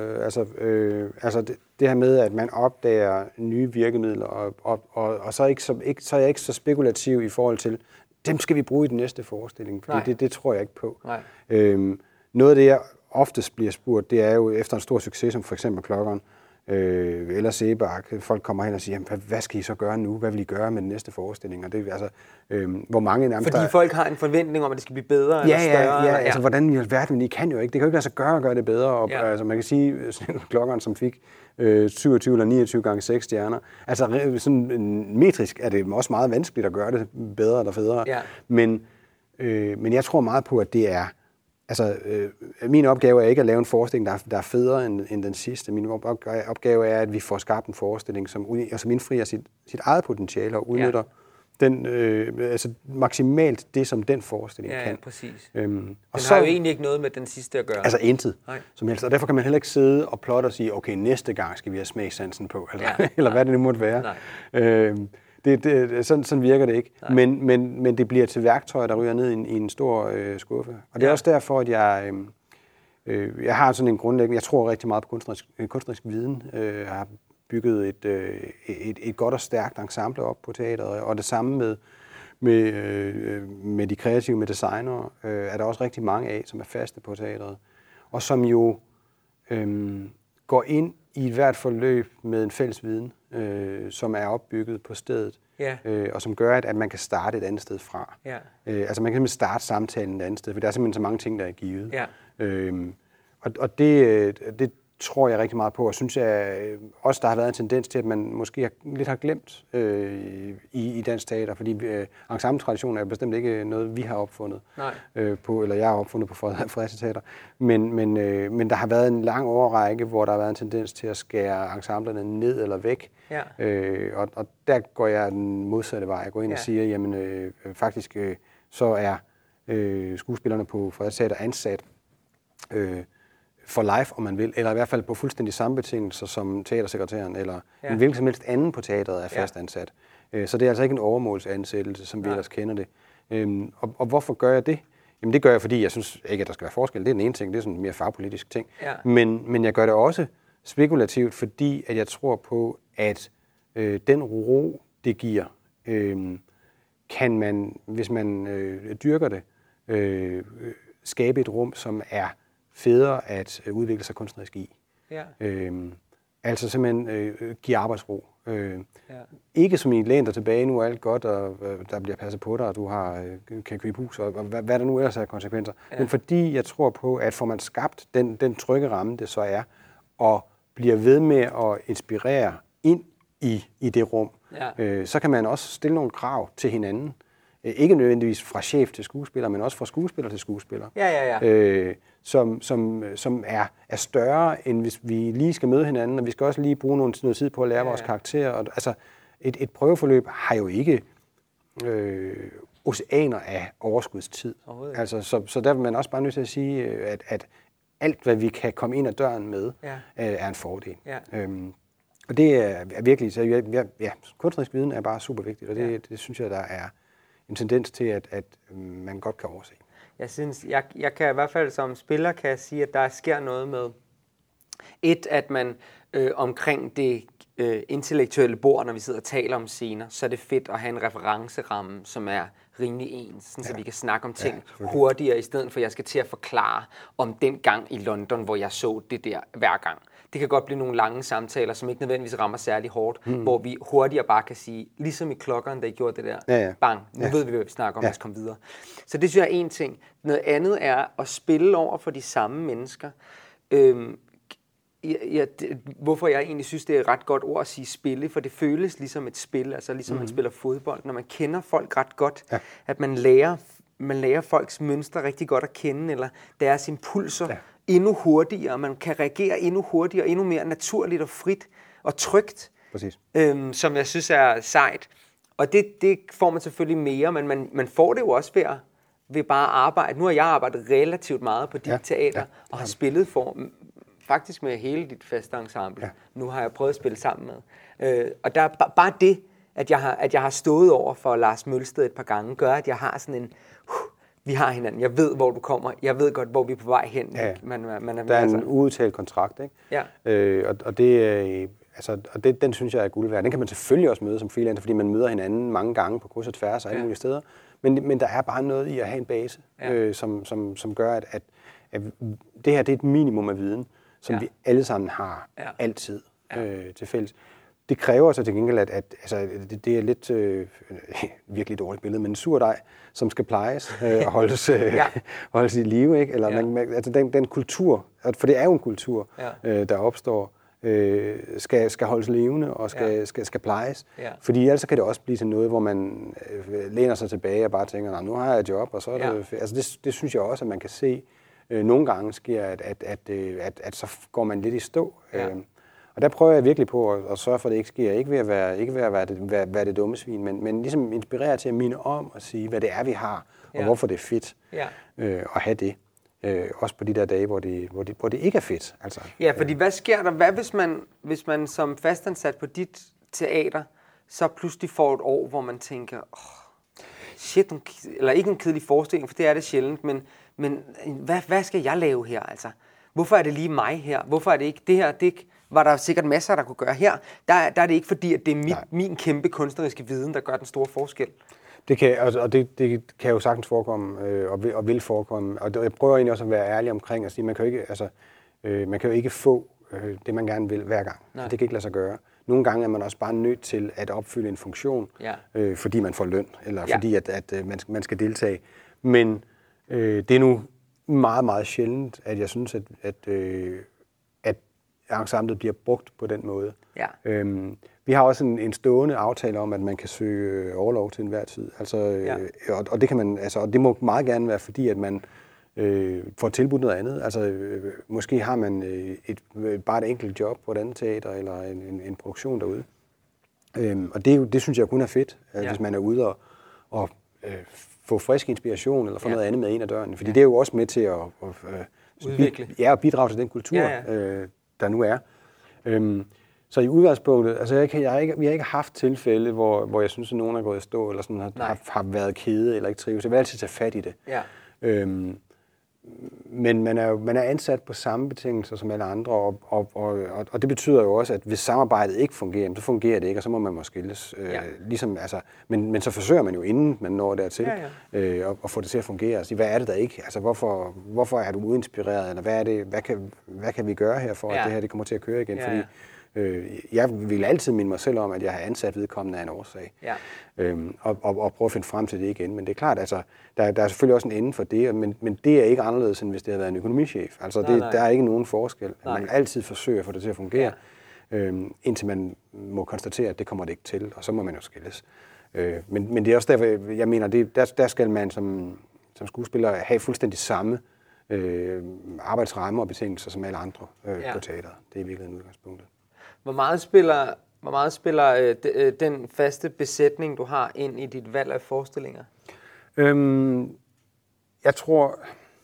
Det her med, at man opdager nye virkemidler, og så er jeg ikke så spekulativ i forhold til, dem skal vi bruge i den næste forestilling, fordi det tror jeg ikke på. Noget af det, jeg oftest bliver spurgt, det er jo efter en stor succes, som for eksempel Klokkeren eller Sebak. Folk kommer hen og siger, hvad skal I så gøre nu? Hvad vil I gøre med den næste forestilling? Og det er altså, hvor mange nærmest... Fordi folk har en forventning om, at det skal blive bedre eller større? Ja, altså hvordan i alverden, I kan jo ikke. Det kan jo ikke lade sig gøre det bedre. Og, altså, man kan sige, Klokkeren, som fik 27 eller 29 gange 6 stjerner. Altså sådan metrisk er det også meget vanskeligt at gøre det bedre eller federe. Ja. Men jeg tror meget på, at det er... Altså, min opgave er ikke at lave en forestilling, der er federe end den sidste. Min opgave er, at vi får skabt en forestilling, som indfrier sit eget potentiale og udnytter den, maksimalt det, som den forestilling kan. Ja, præcis. Den har jo egentlig ikke noget med den sidste at gøre. Altså intet som helst. Og derfor kan man heller ikke sidde og plotte og sige, okay, næste gang skal vi have smagssansen på, eller hvad det nu måtte være. Sådan virker det ikke. Men det bliver til værktøjer, der ryger ned i en stor skuffe. Og det er også derfor, at jeg har sådan en grundlæggende, jeg tror rigtig meget på kunstnerisk viden. Jeg har bygget et godt og stærkt ensemble op på teateret, og det samme med de kreative, med designere, er der også rigtig mange af, som er faste på teateret, og som jo går ind i hvert forløb med en fælles viden, som er opbygget på stedet, og som gør, at man kan starte et andet sted fra. Altså man kan simpelthen starte samtalen et andet sted, for der er simpelthen så mange ting, der er givet. Og det tror jeg rigtig meget på, og synes jeg også, der har været en tendens til, at man måske lidt har glemt i dansk teater, fordi ensembletradition er bestemt ikke noget, vi har opfundet eller jeg har opfundet på Fredericia Teater, men der har været en lang overrække, hvor der har været en tendens til at skære ensemblerne ned eller væk, og der går jeg den modsatte vej. Jeg går ind og siger, jamen faktisk så er skuespillerne på Fredericia Teater ansat for life, om man vil, eller i hvert fald på fuldstændig samme betingelser som teatersekretæren, eller en hvilken som helst anden på teateret er fastansat. Så det er altså ikke en overmålsansættelse, som vi ellers kender det. Og hvorfor gør jeg det? Jamen det gør jeg, fordi jeg synes ikke, at der skal være forskel. Det er den ene ting, det er sådan en mere fagpolitisk ting. Men jeg gør det også spekulativt, fordi at jeg tror på, at den ro, det giver, kan man, hvis man dyrker det, skabe et rum, som er federe at udvikle sig kunstnerisk i. Altså simpelthen give arbejdsro. Ikke som i læn dig tilbage, nu er alt godt, og der bliver passet på dig, og du kan købe hus, og hvad der nu ellers er konsekvenser. Men fordi jeg tror på, at får man skabt den trygge ramme, det så er, og bliver ved med at inspirere ind i det rum, så kan man også stille nogle krav til hinanden. Ikke nødvendigvis fra chef til skuespiller, men også fra skuespiller til skuespiller. Som er større, end hvis vi lige skal møde hinanden, og vi skal også lige bruge noget tid på at lære vores karakterer. Og, altså, et prøveforløb har jo ikke oceaner af overskudstid. Altså, så der vil man også bare nødt til at sige, at alt, hvad vi kan komme ind ad døren med, er en fordel. Og det er virkelig, så kunstnerisk viden er bare super vigtigt, og det synes jeg, der er en tendens til, at man godt kan overse. Jeg synes, jeg kan i hvert fald som spiller kan jeg sige, at der sker noget med at man omkring det intellektuelle bord, når vi sidder og taler om scener, så er det fedt at have en referenceramme, som er rimelig ens, sådan, så vi kan snakke om ting hurtigere, i stedet for at jeg skal til at forklare om den gang i London, hvor jeg så det der hver gang. Det kan godt blive nogle lange samtaler, som ikke nødvendigvis rammer særlig hårdt, hvor vi hurtigere bare kan sige, ligesom i Klokkeren, der gjorde det der, bang, nu ved vi, hvad vi snakker om, lad os komme videre. Så det synes jeg er en ting. Noget andet er at spille over for de samme mennesker. Hvorfor jeg egentlig synes, det er et ret godt ord at sige spille, for det føles ligesom et spil, altså ligesom man spiller fodbold. Når man kender folk ret godt, at man lærer folks mønstre rigtig godt at kende, eller deres impulser endnu hurtigere, man kan reagere endnu hurtigere, endnu mere naturligt og frit og trygt, som jeg synes er sejt. Og det får man selvfølgelig mere, men man får det jo også ved bare at arbejde. Nu har jeg arbejdet relativt meget på dit teater, og har spillet faktisk med hele dit faste ensemble. Nu har jeg prøvet at spille sammen med. Og der er bare det, at jeg har stået over for Lars Mølsted et par gange, gør, at jeg har sådan en... vi har hinanden. Jeg ved, hvor du kommer. Jeg ved godt, hvor vi er på vej hen. Der er en uudtalt kontrakt, ikke? Og det og den synes jeg er guld værd. Den kan man selvfølgelig også møde som freelancer, fordi man møder hinanden mange gange på kryds og tværs og alle mulige steder. Men der er bare noget i at have en base, som gør, at det her det er et minimum af viden, som vi alle sammen har altid til fælles. Det kræver så til gengæld, at det er lidt virkelig et dårligt billede, men en surdej, som skal plejes og holdes i live, ikke? Eller altså den kultur, for det er jo en kultur, der opstår, skal holdes levende og skal plejes. Fordi ellers kan det også blive til noget, hvor man læner sig tilbage og bare tænker, nu har jeg et job, og så er det... Altså det synes jeg også, at man kan se nogle gange sker, at så går man lidt i stå. Og der prøver jeg virkelig på at sørge for, at det ikke sker. Ikke ved at være det dumme svin, men ligesom inspirere til at minde om og sige, hvad det er, vi har, og hvorfor det er fedt at have det. Også på de der dage, hvor det ikke er fedt. Altså, fordi hvad sker der? Hvad hvis man som fastansat på dit teater så pludselig får et år, hvor man tænker, shit, eller ikke en kedelig forestilling, for det er det sjældent, men hvad skal jeg lave her, altså? Hvorfor er det lige mig her? Hvorfor er det ikke det her? Det var der sikkert masser, der kunne gøre her. Der er det ikke fordi, at det er min kæmpe kunstneriske viden, der gør den store forskel. Det kan jo sagtens forekomme, og vil forekomme. Og jeg prøver egentlig også at være ærlig omkring at sige, man kan jo ikke få det, man gerne vil hver gang. Det kan ikke lade sig gøre. Nogle gange er man også bare nødt til at opfylde en funktion, fordi man får løn, eller fordi at man skal deltage. Men det er nu meget, meget sjældent, at jeg synes, at ensemblet bliver brugt på den måde. Ja. Vi har også en stående aftale om, at man kan søge overlov til enhver tid. Og det kan man, og det må meget gerne være, fordi at man får tilbudt noget andet. Måske har man bare et enkelt job på et andet teater, eller en produktion derude. Og det synes jeg kun er fedt, hvis man er ude og få frisk inspiration, eller få noget andet med en af dørene. Fordi det er jo også med til at bidrage til den kultur, der nu er. Så i udgangspunktet, vi har ikke haft tilfælde, hvor jeg synes, at nogen er gået i stå, eller sådan har været kede, eller ikke trives. Jeg vil altid tage fat i det. Ja. Men man er ansat på samme betingelser som alle andre, og det betyder jo også, at hvis samarbejdet ikke fungerer, så fungerer det ikke, og så må man måske skilles. Men så forsøger man jo, inden man når dertil, at få det til at fungere. Altså, hvad er det der ikke? Altså, hvorfor er du uinspireret? Eller hvad kan vi gøre her for, at det her det kommer til at køre igen? Fordi jeg vil altid minde mig selv om, at jeg har ansat vedkommende af en årsag. Ja. Og prøve at finde frem til det igen. Men det er klart, altså, der er selvfølgelig også en ende for det, men det er ikke anderledes, end hvis det havde været en økonomichef. Altså, der er ikke nogen forskel. Man vil altid forsøge at få det til at fungere, indtil man må konstatere, at det kommer det ikke til, og så må man jo skilles. Men det er også derfor, jeg mener, der skal man som skuespiller have fuldstændig samme arbejdsrammer og betingelser som alle andre på teateret. Det er i virkeligheden udgangspunktet. Hvor meget spiller den faste besætning, du har, ind i dit valg af forestillinger? Jeg tror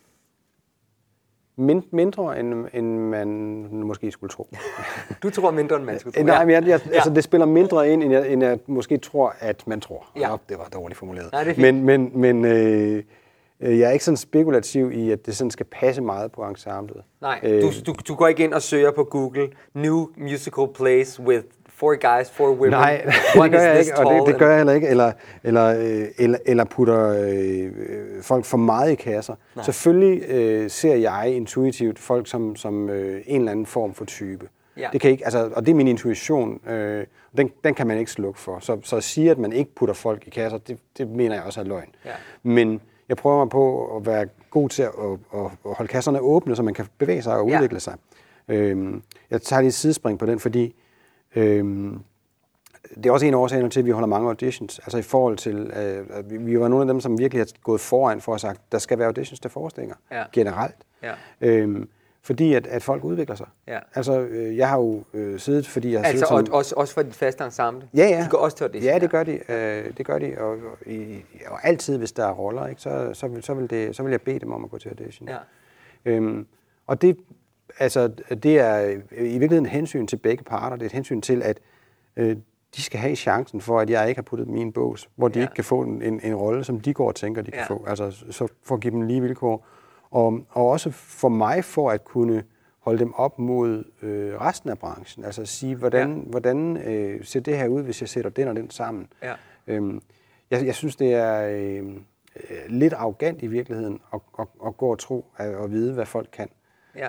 mindre, end man måske skulle tro. Du tror mindre, end man skulle tro? Nej, men altså, det spiller mindre ind, end jeg måske tror, at man tror. Ja. Det var dårligt formuleret. Nej, det er fint. Men jeg er ikke sådan spekulativ i, at det sådan skal passe meget på ensemblet. Nej, du går ikke ind og søger på Google New Musical Plays with 4 guys, 4 women. Nej, det gør jeg ikke, og det gør jeg heller ikke. Eller putter folk for meget i kasser. Nej. Selvfølgelig ser jeg intuitivt folk som en eller anden form for type. Ja. Det kan ikke, og det er min intuition. Den kan man ikke slukke for. Så at sige, at man ikke putter folk i kasser, det mener jeg også er løgn. Ja. Men jeg prøver mig på at være god til at holde kasserne åbne, så man kan bevæge sig og udvikle sig. Jeg tager lige et sidespring på den, fordi det er også en af årsagerne til, at vi holder mange auditions. Altså i forhold til, vi var nogle af dem, som virkelig har gået foran for at sige, at der skal være auditions til forestillinger generelt. Ja. Fordi at folk udvikler sig. Ja. Altså, jeg har jo siddet, fordi jeg har siddet som... også for dit faste ensemble? Ja. De går også til audition? Ja, det gør de. Og altid, hvis der er roller, ikke, så vil jeg bede dem om at gå til audition. Ja. Og det er i virkeligheden hensyn til begge parter. Det er et hensyn til, at de skal have chancen for, at jeg ikke har puttet dem i en bås, hvor de ikke kan få en rolle, som de går og tænker, de kan få. Altså, så for at give dem lige vilkår. Og også for mig, for at kunne holde dem op mod resten af branchen. Altså at sige, hvordan ser det her ud, hvis jeg sætter den og den sammen. Ja. Jeg synes, det er lidt arrogant i virkeligheden at gå og tro og vide, hvad folk kan. Ja.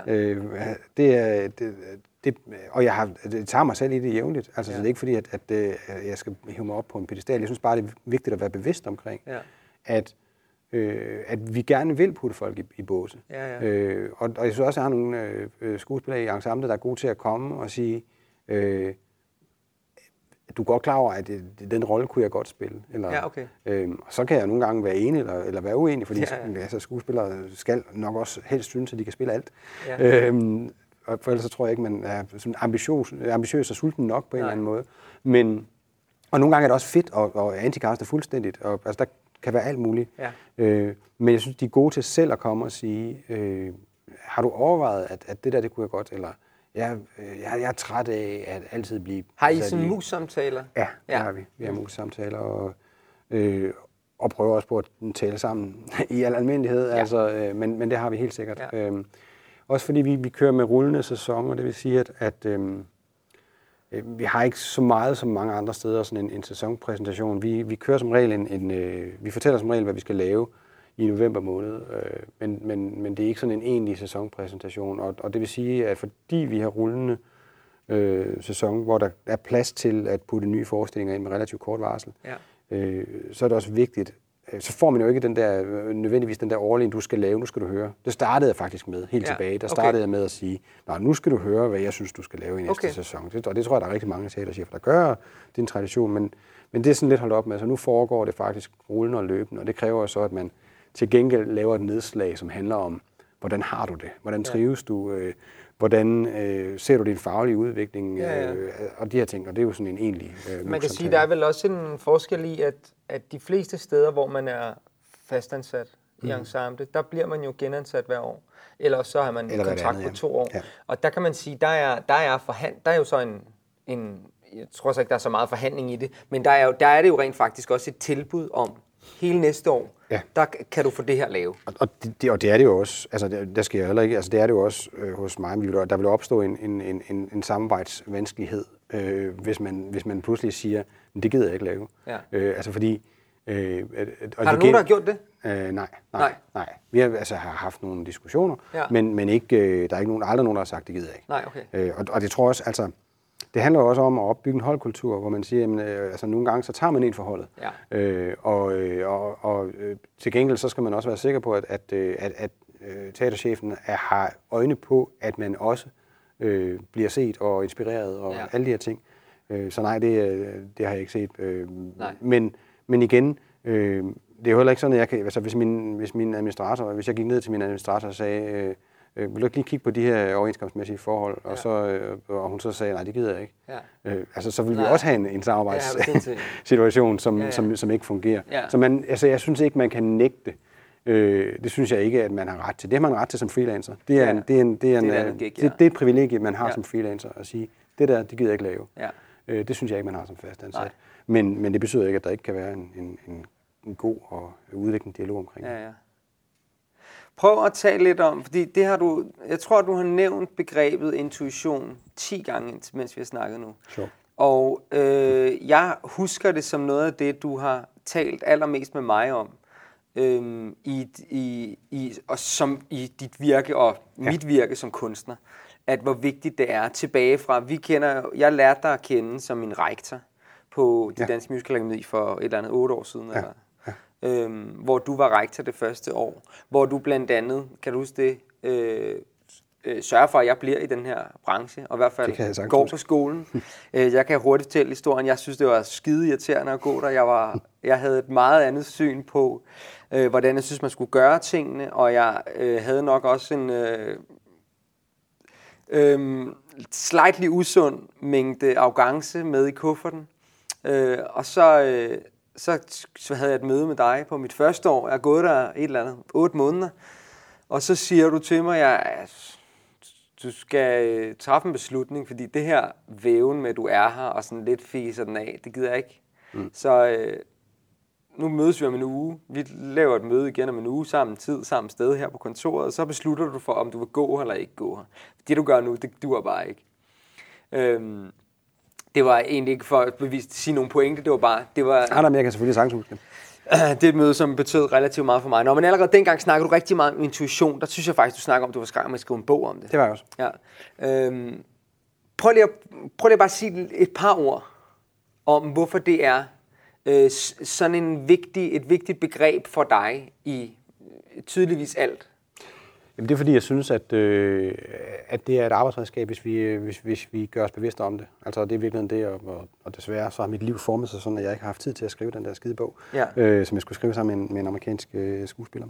Og det tager mig selv i det jævnligt. Altså, så det er ikke fordi, at jeg skal hive mig op på en pedestal. Jeg synes bare, det er vigtigt at være bevidst omkring, at vi gerne vil putte folk i båse. Ja. Og jeg synes også, at jeg har nogle skuespillere i ensemblet, der er gode til at komme og sige, du er godt klar over, at den rolle kunne jeg godt spille. Eller, okay. Og så kan jeg nogle gange være enig eller være uenig, fordi skuespillere skal nok også helst synes, at de kan spille alt. Ja. For ellers så tror jeg ikke, man er sådan ambitiøs og sulten nok på en eller anden måde. Og nogle gange er det også fedt og antikaste fuldstændigt. Og, altså, der kan være alt muligt. Ja. Men jeg synes, de er gode til selv at komme og sige, har du overvejet, at det der, det kunne jeg godt, eller Jeg er træt af at altid blive... Har I sådan mus-samtaler? Ja, det har vi. Vi har mus-samtaler og prøver også på at tale sammen i al almindelighed. Ja. Altså, men det har vi helt sikkert. Ja. Også fordi vi kører med rullende sæson, og det vil sige, at vi har ikke så meget som mange andre steder sådan en sæsonpræsentation. Vi kører som regel vi fortæller som regel, hvad vi skal lave i november måned, men det er ikke sådan en egentlig sæsonpræsentation. Og det vil sige, at fordi vi har rullende sæson, hvor der er plads til at putte nye forestillinger ind med relativt kort varsel, så er det også vigtigt. Så får man jo ikke nødvendigvis den der årlige, du skal lave, nu skal du høre. Det startede jeg faktisk med helt tilbage. Der startede jeg med at sige, nu skal du høre, hvad jeg synes, du skal lave i næste sæson. Og det tror jeg, der er rigtig mange teaterchefer, der gør. Det er en tradition, men det er sådan lidt holdt op med. Så nu foregår det faktisk rullende og løbende, og det kræver så, at man til gengæld laver et nedslag, som handler om, hvordan har du det? Hvordan trives du? Hvordan ser du din faglige udvikling? Og de her ting, og det er jo sådan en egentlig man kan sige, der er vel også en forskel i, at de fleste steder, hvor man er fastansat i ensemble, der bliver man jo genansat hver år. Eller så har man en kontrakt på 2 år. Ja. Og der kan man sige, der er jo så en jeg tror så ikke, der er så meget forhandling i det, men der er det jo rent faktisk også et tilbud om, hele næste år, der kan du få det her lave. Og det er det jo også. Altså, der skal jeg heller ikke. Altså, det er det jo også hos mig. Der vil opstå en samarbejdsvanskelighed, hvis man pludselig siger, men det gider jeg ikke lave. Ja. Altså fordi... har der nogen, der har gjort det? Nej. Vi har har haft nogle diskussioner, men ikke, der er aldrig nogen, der har sagt, det gider jeg ikke. Nej, okay. Og det tror jeg også, altså... Det handler også om at opbygge en holdkultur, hvor man siger, at nogle gange så tager man en for holdet. Ja. Og til gengæld så skal man også være sikker på, at teaterchefen har øjne på, at man også bliver set og inspireret og alle de her ting. Så nej, det har jeg ikke set. Men igen, det er jo heller ikke sådan, at jeg kan... Altså, hvis jeg gik ned til min administrator og sagde... vil du ikke lige kigge på de her overenskomstmæssige forhold? Og hun så sagde, nej, det gider jeg ikke. Ja. Så vil vi også have en samarbejdssituation, som ikke fungerer. Ja. Så jeg synes ikke, man kan nægte. Det synes jeg ikke, at man har ret til. Det har man ret til som freelancer. Det er et privilegie, man har som freelancer, at sige, det gider jeg ikke lave. Ja. Det synes jeg ikke, man har som fastansat. Men det betyder ikke, at der ikke kan være en god og udviklende dialog omkring det. Ja. Prøv at tale lidt om, fordi det har jeg tror, du har nævnt begrebet intuition 10 gange, mens vi har snakket nu. Sure. Og jeg husker det som noget af det, du har talt allermest med mig om, som i dit virke og mit virke som kunstner, at hvor vigtigt det er tilbage fra, jeg lærte dig at kende som min rektor på det Danske Musical Akademi for et eller andet 8 år siden, eller hvor du var rektor det første år, hvor du blandt andet, kan du huske det, sørger for, at jeg bliver i den her branche, og i hvert fald går på skolen. Jeg kan hurtigt fortælle historien. Jeg synes, det var skide irriterende at gå der. Jeg havde et meget andet syn på, hvordan jeg synes, man skulle gøre tingene, og jeg havde nok også en slightly usund mængde arrogance med i kufferten. Og så havde jeg et møde med dig på mit første år. Jeg har gået der 8 måneder. Og så siger du til mig, du skal træffe en beslutning, fordi det her væven med, at du er her, og sådan lidt fiser den af, det gider jeg ikke. Så nu mødes vi om en uge. Vi laver et møde igen om en uge, samme tid, samme sted her på kontoret, og så beslutter du for, om du vil gå eller ikke gå her. Det du gør nu, det duer bare ikke. Det var egentlig ikke for at sige nogle pointe, det var bare... men jeg kan selvfølgelig sagtens huske det. Det er et møde, som betød relativt meget for mig. Men allerede dengang snakkede du rigtig meget om intuition. Der synes jeg faktisk, du snakker om, at du var skræmt med at skrive en bog om det. Det var jeg også. Ja. Prøv lige bare at sige et par ord om, hvorfor det er sådan et vigtigt begreb for dig i tydeligvis alt. Jamen det er fordi, jeg synes, at det er et arbejdsredskab, hvis vi gør os bevidste om det. Altså det er virkelig det, og desværre så har mit liv formet sig sådan, at jeg ikke har haft tid til at skrive den der skide bog, som jeg skulle skrive sammen med en amerikansk skuespiller.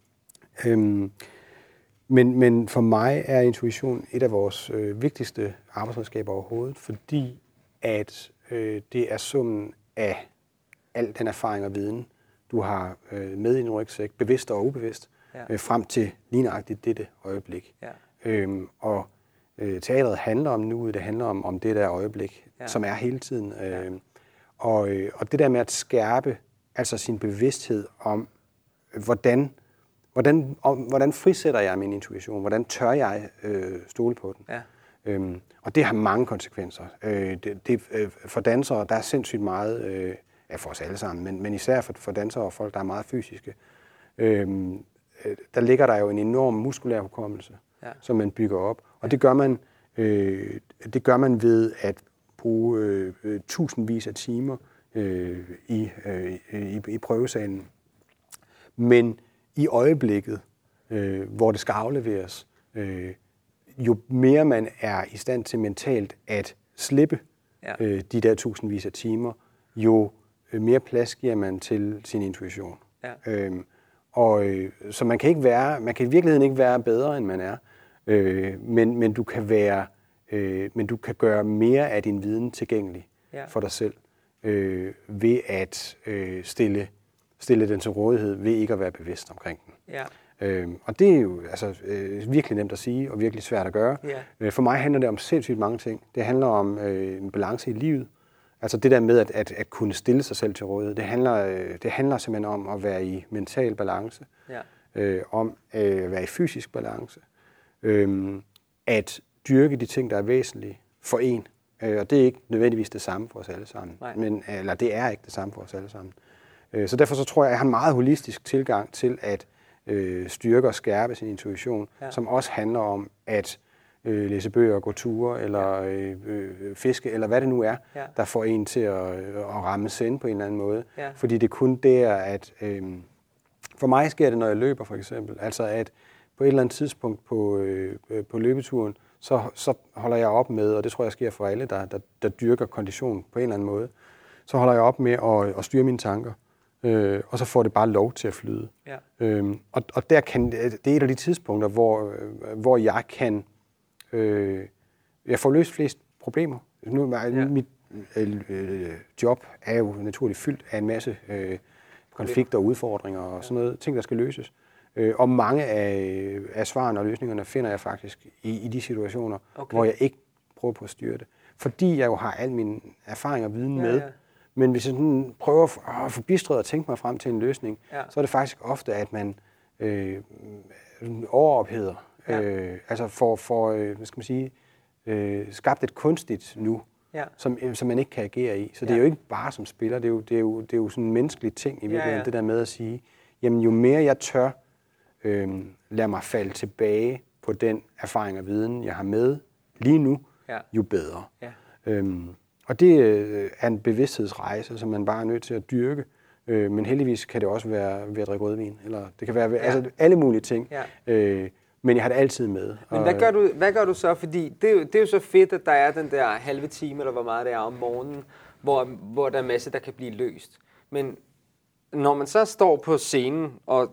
Men for mig er intuition et af vores vigtigste arbejdsredskaber overhovedet, fordi at det er summen af al den erfaring og viden, du har med i en rygsæk, bevidst og ubevidst, frem til lige nøjagtigt dette øjeblik. Ja. Og teatret handler om nuet, det handler om det der øjeblik, som er hele tiden. Og det der med at skærpe altså sin bevidsthed om, hvordan frisætter jeg min intuition, hvordan tør jeg stole på den. Ja. Og det har mange konsekvenser. For dansere, der er sindssygt meget, for os alle sammen, men især for dansere og folk, der er meget fysiske, der ligger der jo en enorm muskulær hukommelse, som man bygger op. Og det gør man ved at bruge tusindvis af timer i prøvesalen. Men i øjeblikket, hvor det skal afleveres, jo mere man er i stand til mentalt at slippe de der tusindvis af timer, jo mere plads giver man til sin intuition. Ja. Så man kan i virkeligheden ikke være bedre, end man er, men du kan gøre mere af din viden tilgængelig for dig selv, ved at stille den til rådighed, ved ikke at være bevidst omkring den. Ja. Og det er jo virkelig nemt at sige, og virkelig svært at gøre. Ja. For mig handler det om sindssygt mange ting. Det handler om en balance i livet. Altså det der med at kunne stille sig selv til rådighed. Det handler simpelthen om at være i mental balance, om at være i fysisk balance, at dyrke de ting, der er væsentlige for en. Og det er ikke nødvendigvis det samme for os alle sammen. Eller det er ikke det samme for os alle sammen. Så derfor så tror jeg har en meget holistisk tilgang til at styrke og skærpe sin intuition, som også handler om at læse bøger, gå ture, eller fiske, eller hvad det nu er, der får en til at ramme sind på en eller anden måde. Ja. Fordi det kun der, at for mig sker det, når jeg løber for eksempel. Altså at på et eller andet tidspunkt på løbeturen, så holder jeg op med, og det tror jeg sker for alle, der dyrker kondition på en eller anden måde, så holder jeg op med at styre mine tanker. Og så får det bare lov til at flyde. Ja. Og det er et af de tidspunkter, hvor jeg kan jeg får løst flest problemer. Mit job er jo naturligt fyldt af en masse konflikter og udfordringer og sådan noget, ting, der skal løses. Og mange af svarene og løsningerne finder jeg faktisk i de situationer, hvor jeg ikke prøver på at styre det. Fordi jeg jo har al min erfaring og viden med. Men hvis jeg sådan prøver at få bistret og tænke mig frem til en løsning, så er det faktisk ofte, at man overopheder. Altså hvad skal man sige, skabt et kunstigt nu, som man ikke kan agere i. Så det er jo ikke bare som spiller, det er jo sådan en menneskelig ting i virkeligheden, det der med at sige, jamen jo mere jeg tør lade mig falde tilbage på den erfaring og viden, jeg har med lige nu, jo bedre. Ja. Og det er en bevidsthedsrejse, som man bare er nødt til at dyrke. Men heldigvis kan det også være ved at drikke rødvin, eller det kan være alle mulige ting. Ja. Men jeg har det altid med. Men hvad gør du så? Fordi det er jo så fedt, at der er den der halve time, eller hvor meget det er om morgenen, hvor der er en masse, der kan blive løst. Men når man så står på scenen og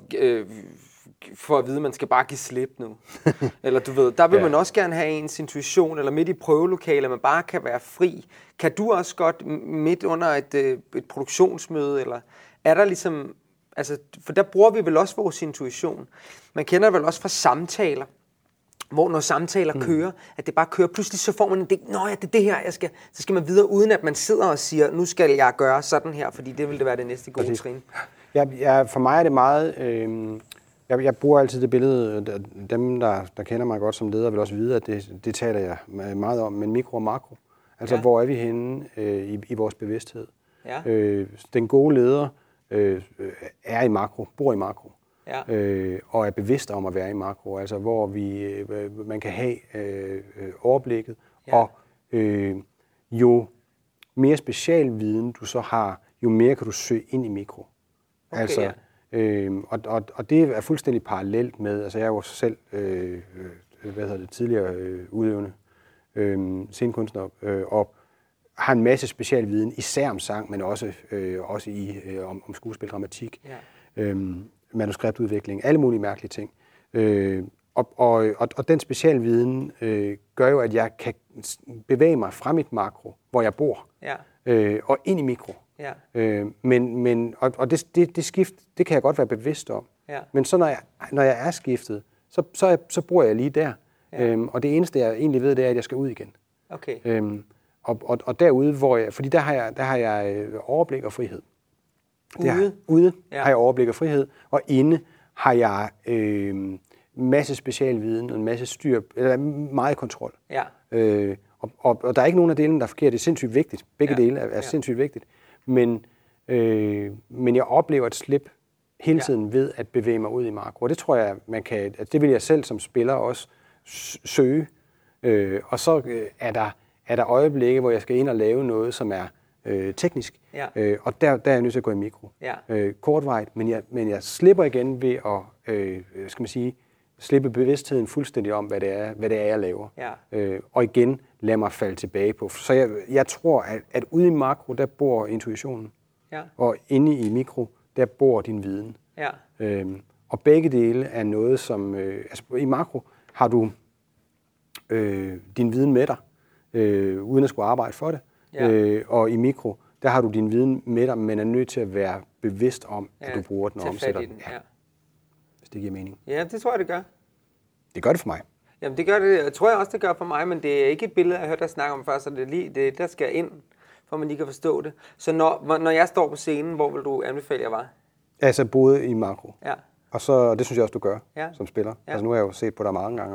for at vide, at man skal bare give slip nu, eller du ved, der vil man også gerne have ens intuition, eller midt i prøvelokalet, at man bare kan være fri. Kan du også godt midt under et produktionsmøde, eller er der ligesom, altså, for der bruger vi vel også vores intuition. Man kender vel også fra samtaler, hvor når samtaler kører, at det bare kører, pludselig så får man det er det her, så skal man videre, uden at man sidder og siger, nu skal jeg gøre sådan her, fordi det vil det være det næste gode trin. For mig er det meget, jeg bruger altid det billede, dem der kender mig godt som leder, vil også vide, at det taler jeg meget om, men mikro og makro. Altså hvor er vi henne i vores bevidsthed. Ja. Den gode leder er i makro, bor i makro. Ja. Og er bevidst om at være i makro, altså hvor man kan have overblikket, og jo mere specialviden du så har, jo mere kan du søge ind i mikro. Okay, altså, og det er fuldstændig parallelt med, altså jeg er jo selv tidligere udøvende scenekunstner, og har en masse specialviden, især om sang, men også om skuespil, dramatik, manuskriptudvikling, alle mulige mærkelige ting. Og den specialviden gør jo, at jeg kan bevæge mig fra mit makro, hvor jeg bor, og ind i mikro. Ja. Det skift, det kan jeg godt være bevidst om. Ja. Men så når jeg er skiftet, så bor jeg lige der. Ja. Og det eneste, jeg egentlig ved, det er, at jeg skal ud igen. Okay. Og derude, fordi der har jeg overblik og frihed. Ude har jeg overblik og frihed, og inde har jeg masse specialviden og en masse styr, eller meget kontrol. Ja. Og der er ikke nogen af delene, der er forkert. Det er sindssygt vigtigt. Begge dele er sindssygt vigtigt. Men jeg oplever et slip hele tiden ved at bevæge mig ud i makro. Og det tror jeg, man kan. Altså det vil jeg selv som spiller også søge. Og så er der øjeblikke, hvor jeg skal ind og lave noget, som er teknisk. Ja. Og der er jeg nødt til at gå i mikro. Ja. Kortvejt, men jeg slipper igen ved at slippe bevidstheden fuldstændig om, hvad det er, jeg laver. Ja. Og igen lade mig falde tilbage på. Så jeg tror, at ude i makro, der bor intuitionen. Ja. Og inde i mikro, der bor din viden. Ja. Og begge dele er noget, som... altså i makro har du din viden med dig, uden at skulle arbejde for det. Ja. Og i mikro, der har du din viden med dig, men er nødt til at være bevidst om, at du bruger den og omsætter den. Ja. Hvis det giver mening. Ja, det tror jeg, det gør. Det gør det for mig. Jamen, det gør det. Jeg tror også, det gør for mig, men det er ikke et billede, jeg har hørt dig snakke om før, så det er lige det, der skal ind, for man lige kan forstå det. Så når jeg står på scenen, hvor vil du anbefale, jeg var? Altså både i makro. Ja. Og så, det synes jeg også, du gør som spiller. Ja. Altså nu har jeg jo set på dig mange gange,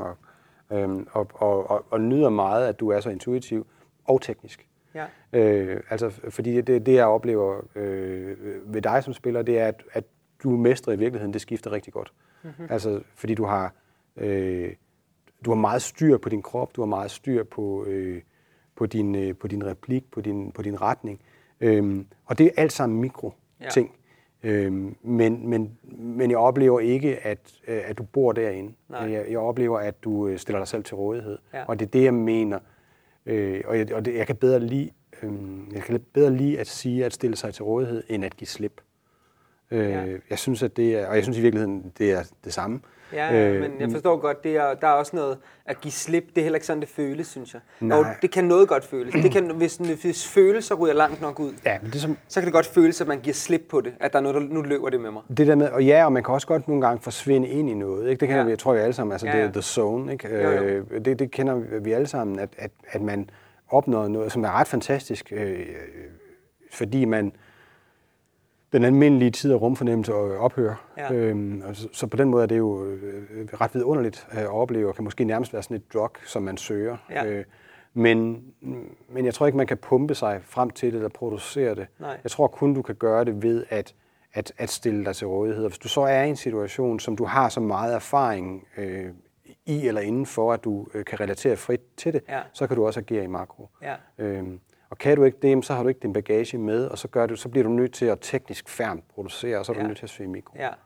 og nyder meget, at du er så intuitiv og teknisk. Ja. Altså, fordi det jeg oplever ved dig som spiller, det er, at du mestrer i virkeligheden, det skifter rigtig godt. Mm-hmm. Altså, fordi du har meget styr på din krop, du har meget styr på din replik, på din retning. Og det er alt sammen mikro-ting. Ja. Men jeg oplever ikke, at du bor derinde. Jeg oplever, at du stiller dig selv til rådighed. Ja. Og det er det, jeg mener. Jeg kan bedre lide at sige, at stille sig til rådighed, end at give slip. Jeg synes, at det er, og jeg synes i virkeligheden, det er det samme. Ja, men jeg forstår godt, der er også noget at give slip. Det er heller ikke sådan, det føles, synes jeg. Nej. Og det kan noget godt føles. Det kan, hvis følelser ryger langt nok ud, men det så kan det godt føles, at man giver slip på det. At der er noget, der nu løber det med mig. Det der med, og man kan også godt nogle gange forsvinde ind i noget. Ikke? Det kender vi, jeg tror vi alle sammen. Altså, det er the zone. Ikke? Jo. Det kender vi alle sammen, at man opnår noget, som er ret fantastisk, fordi den almindelige tid- og rumfornemmelse ophører. Ja. Så på den måde er det jo ret vidunderligt at opleve, og kan måske nærmest være sådan et drug, som man søger. Ja. Men jeg tror ikke, man kan pumpe sig frem til det, eller producere det. Nej. Jeg tror kun, du kan gøre det ved at stille dig til rådighed. Og hvis du så er i en situation, som du har så meget erfaring i eller indenfor, at du kan relatere frit til det, så kan du også agere i makro. Ja. Og kan du ikke det, så har du ikke din bagage med, og så bliver du nødt til at teknisk færmt producere, og så er du nødt til at søge mikro. Ja.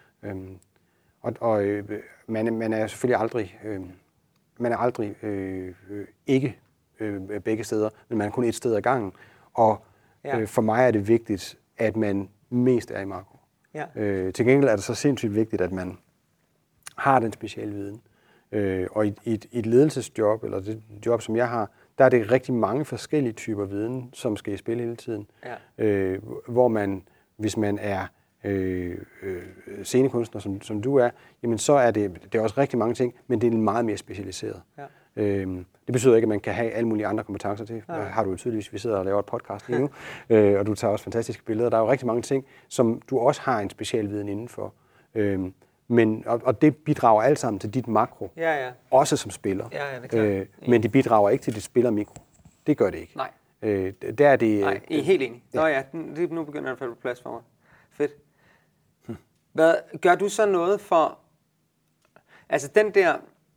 Man er selvfølgelig aldrig, ikke begge steder, men man er kun et sted ad gangen. Og for mig er det vigtigt, at man mest er i makro. Ja. Til gengæld er det så sindssygt vigtigt, at man har den specielle viden. Og i et ledelsesjob, eller det job, som jeg har, der er det rigtig mange forskellige typer viden, som skal i spil hele tiden. Ja. Hvor man, hvis man er scenekunstner, som du er, jamen så er det er også rigtig mange ting, men det er meget mere specialiseret. Ja. Det betyder ikke, at man kan have alle mulige andre kompetencer til. Ja. Har du jo tydeligvis, vi sidder og laver et podcast lige nu, og du tager også fantastiske billeder. Der er jo rigtig mange ting, som du også har en special viden indenfor. Og det bidrager alt sammen til dit makro, også som spiller. Ja, det er klart. Men det bidrager ikke til dit spiller-mikro. Det gør det ikke. Nej. Der er det. Nej, jeg er helt enig. Ja. Nu begynder det at falde på plads for mig. Fedt. Gør du så noget for, altså den der,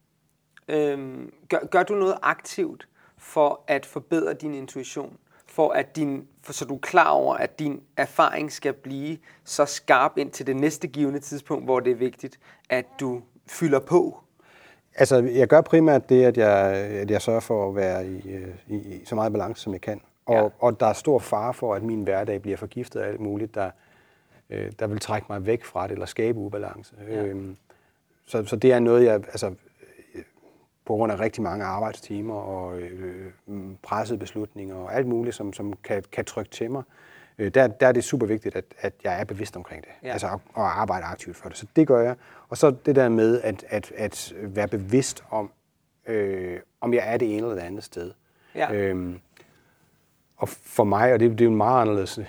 gør du noget aktivt for at forbedre din intuition? Så du er klar over, at din erfaring skal blive så skarp ind til det næste givende tidspunkt, hvor det er vigtigt, at du fylder på? Altså, jeg gør primært det, at jeg sørger for at være i så meget balance, som jeg kan. Og der er stor fare for, at min hverdag bliver forgiftet af alt muligt, der vil trække mig væk fra det, eller skabe ubalance. Ja. Så det er noget, jeg... Altså, på grund af rigtig mange arbejdstimer og pressede beslutninger og alt muligt, som kan trykke til mig, der er det super vigtigt, at jeg er bevidst omkring det. Ja. Altså at arbejde aktivt for det. Så det gør jeg. Og så det der med at være bevidst om, om jeg er det ene eller det andet sted. Ja. Og for mig, og det er jo meget anderledes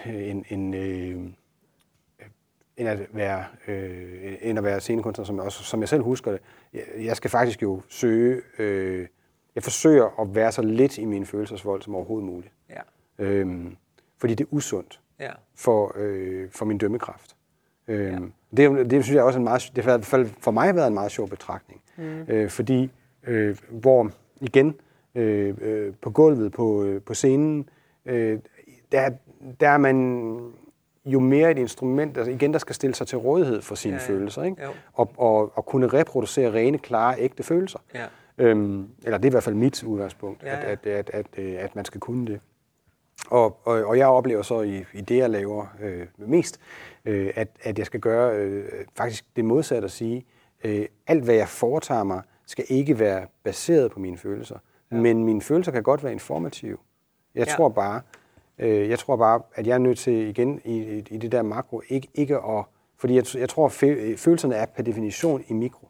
end at være scenekunstner, som jeg selv husker det. Jeg skal faktisk jo søge, jeg forsøger at være så lidt i min følelsesvold som overhovedet muligt. Ja. Fordi det er usundt for min dømmekraft. Det synes jeg også det har i hvert fald for mig været en meget sjov betragtning. Fordi hvor igen på gulvet på scenen, der er man jo mere et instrument, altså igen, der skal stille sig til rådighed for sine følelser, ikke? Og kunne reproducere rene, klare, ægte følelser. Ja. Eller det er i hvert fald mit udgangspunkt, at man skal kunne det. Og jeg oplever så i det, jeg laver mest, at jeg skal gøre faktisk det modsatte at sige, alt hvad jeg foretager mig, skal ikke være baseret på mine følelser. Ja. Men mine følelser kan godt være informative. Jeg tror bare, at jeg er nødt til igen i det der makro, ikke at... Fordi jeg tror, at følelserne er per definition i mikro.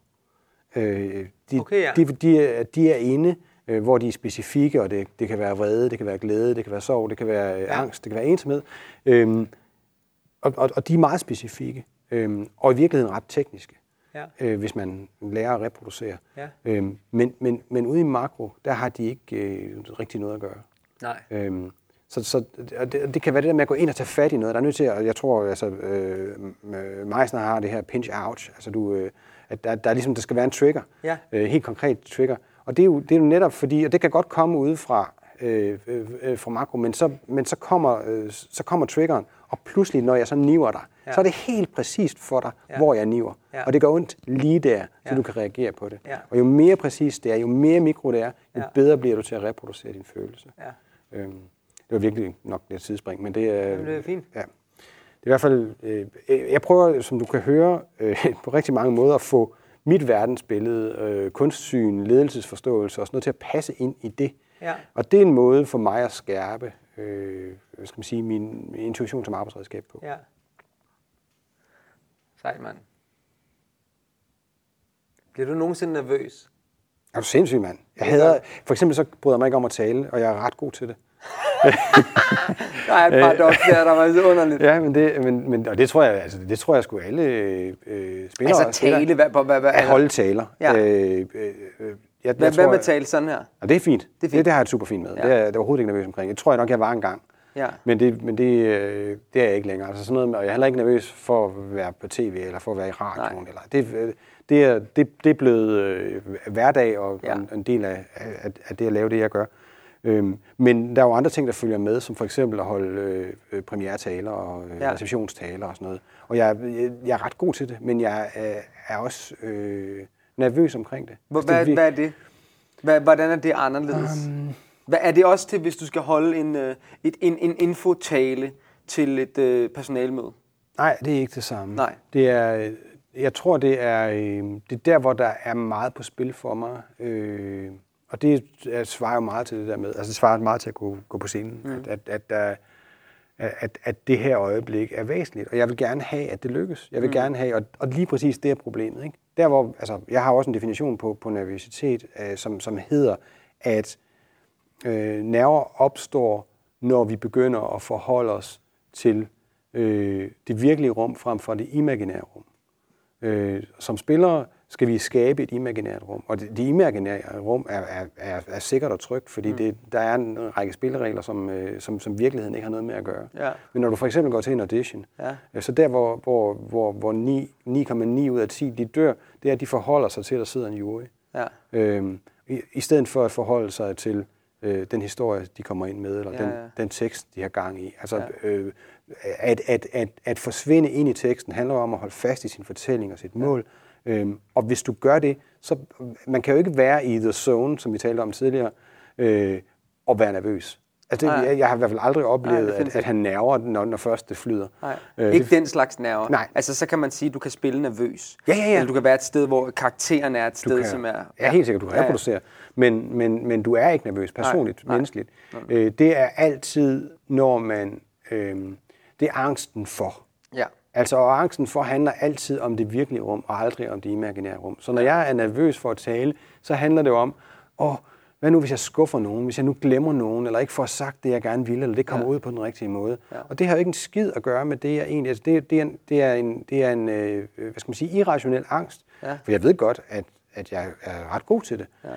De er inde, hvor de er specifikke, og det kan være vrede, det kan være glæde, det kan være sorg, det kan være angst, det kan være ensomhed. Og de er meget specifikke, og i virkeligheden ret tekniske, hvis man lærer at reproducere. Ja. Men ude i makro, der har de ikke rigtig noget at gøre. Nej. Så det kan være det der med at gå ind og tage fat i noget. Der er nødt til, og jeg tror, altså, Meisner har det her pinch out, altså at der ligesom, der skal være en trigger, helt konkret trigger. Og det er jo netop fordi, og det kan godt komme ude fra makro, men så kommer triggeren, og pludselig, når jeg så niver dig, så er det helt præcist for dig, hvor jeg niver. Ja. Og det gør ondt lige der, så du kan reagere på det. Ja. Og jo mere præcist det er, jo mere mikro det er, jo bedre bliver du til at reproducere din følelse. Ja. Det var virkelig nok lidt sidespring, men det er fint. Ja. Det er i hvert fald, jeg prøver, som du kan høre, på rigtig mange måder at få mit verdensbillede, kunstsyn, ledelsesforståelse og sådan noget til at passe ind i det. Ja. Og det er en måde for mig at skærpe skal man sige, min intuition som arbejdsredskab på. Ja. Sejt, mand. Bliver du nogensinde nervøs? Er du sindssyg, mand? For eksempel så bryder jeg mig ikke om at tale, og jeg er ret god til det. Der er et paradoks der var så underligt. Ja, men og det tror jeg sgu alle spillere. Altså tale, hvad at holde taler. Ja. Hvad med tale sådan her? Ja, det er fint. Det har jeg et super fint med. Ja. Det er jeg overhovedet ikke nervøs omkring. Det tror jeg nok, jeg var engang. Ja. Men det er jeg ikke længere. Altså sådan noget, og jeg er heller ikke nervøs for at være på tv eller for at være i radioen. Eller, det er blevet hverdag og en del af det at lave det, jeg gør. Men der er jo andre ting, der følger med, som for eksempel at holde premieretaler og receptionstaler og sådan noget. Og jeg er ret god til det, men jeg er også nervøs omkring det. Hvad er det? Hvordan er det anderledes? Hvad er det også til, hvis du skal holde en infotale til et personalemøde? Nej, det er ikke det samme. Nej. Jeg tror, det er der, hvor der er meget på spil for mig. Og det svarer jo meget til det der med, altså det svarer meget til at gå på scenen, at det her øjeblik er væsentligt, og jeg vil gerne have, at det lykkes. Jeg vil gerne have, og lige præcis det er problemet, ikke? Der hvor, altså, jeg har også en definition på nervøsitet, som hedder, at nerver opstår, når vi begynder at forholde os til det virkelige rum frem for det imaginære rum. Som spillere skal vi skabe et imaginært rum, og det imaginære rum er sikkert og trygt, fordi der er en række spilleregler, som virkeligheden ikke har noget med at gøre. Ja. Men når du for eksempel går til en audition, så der hvor 9,9 ud af 10 de dør, det er, at de forholder sig til, at der sidder en jury. Ja. I stedet for at forholde sig til den historie, de kommer ind med, eller den tekst, de har gang i. Altså, at forsvinde ind i teksten handler om at holde fast i sin fortælling og sit mål. Og hvis du gør det, så man kan jo ikke være i the zone, som vi talte om tidligere, og være nervøs. Altså jeg har i hvert fald aldrig oplevet, at han nerver, når først det flyder. Ikke den slags nerver. Nej. Altså så kan man sige, at du kan spille nervøs. Ja. Eller du kan være et sted, hvor karakteren er et sted, som er... Ja, helt sikkert, du kan reproducere. Men du er ikke nervøs, personligt, menneskeligt. Det er altid, når man... det er angsten for. Ja. Altså, og angsten for handler altid om det virkelige rum, og aldrig om det imaginære rum. Så når jeg er nervøs for at tale, så handler det om hvad nu hvis jeg skuffer nogen, hvis jeg nu glemmer nogen, eller ikke får sagt det, jeg gerne vil, eller det kommer ud på den rigtige måde. Ja. Og det har jo ikke en skid at gøre med det, jeg egentlig... Altså det er en hvad skal man sige, irrationel angst. Ja. For jeg ved godt, at jeg er ret god til det. Ja.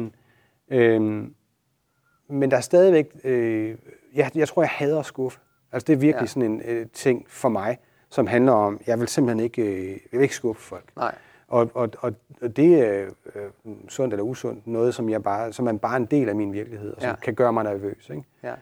Men der er stadigvæk... jeg tror, jeg hader at skuffe. Altså det er virkelig sådan en ting for mig, som handler om, jeg vil simpelthen ikke skuffe folk. Nej. Og det er sundt eller usundt, noget, som er bare en del af min virkelighed, og som kan gøre mig nervøs, ikke? Ja.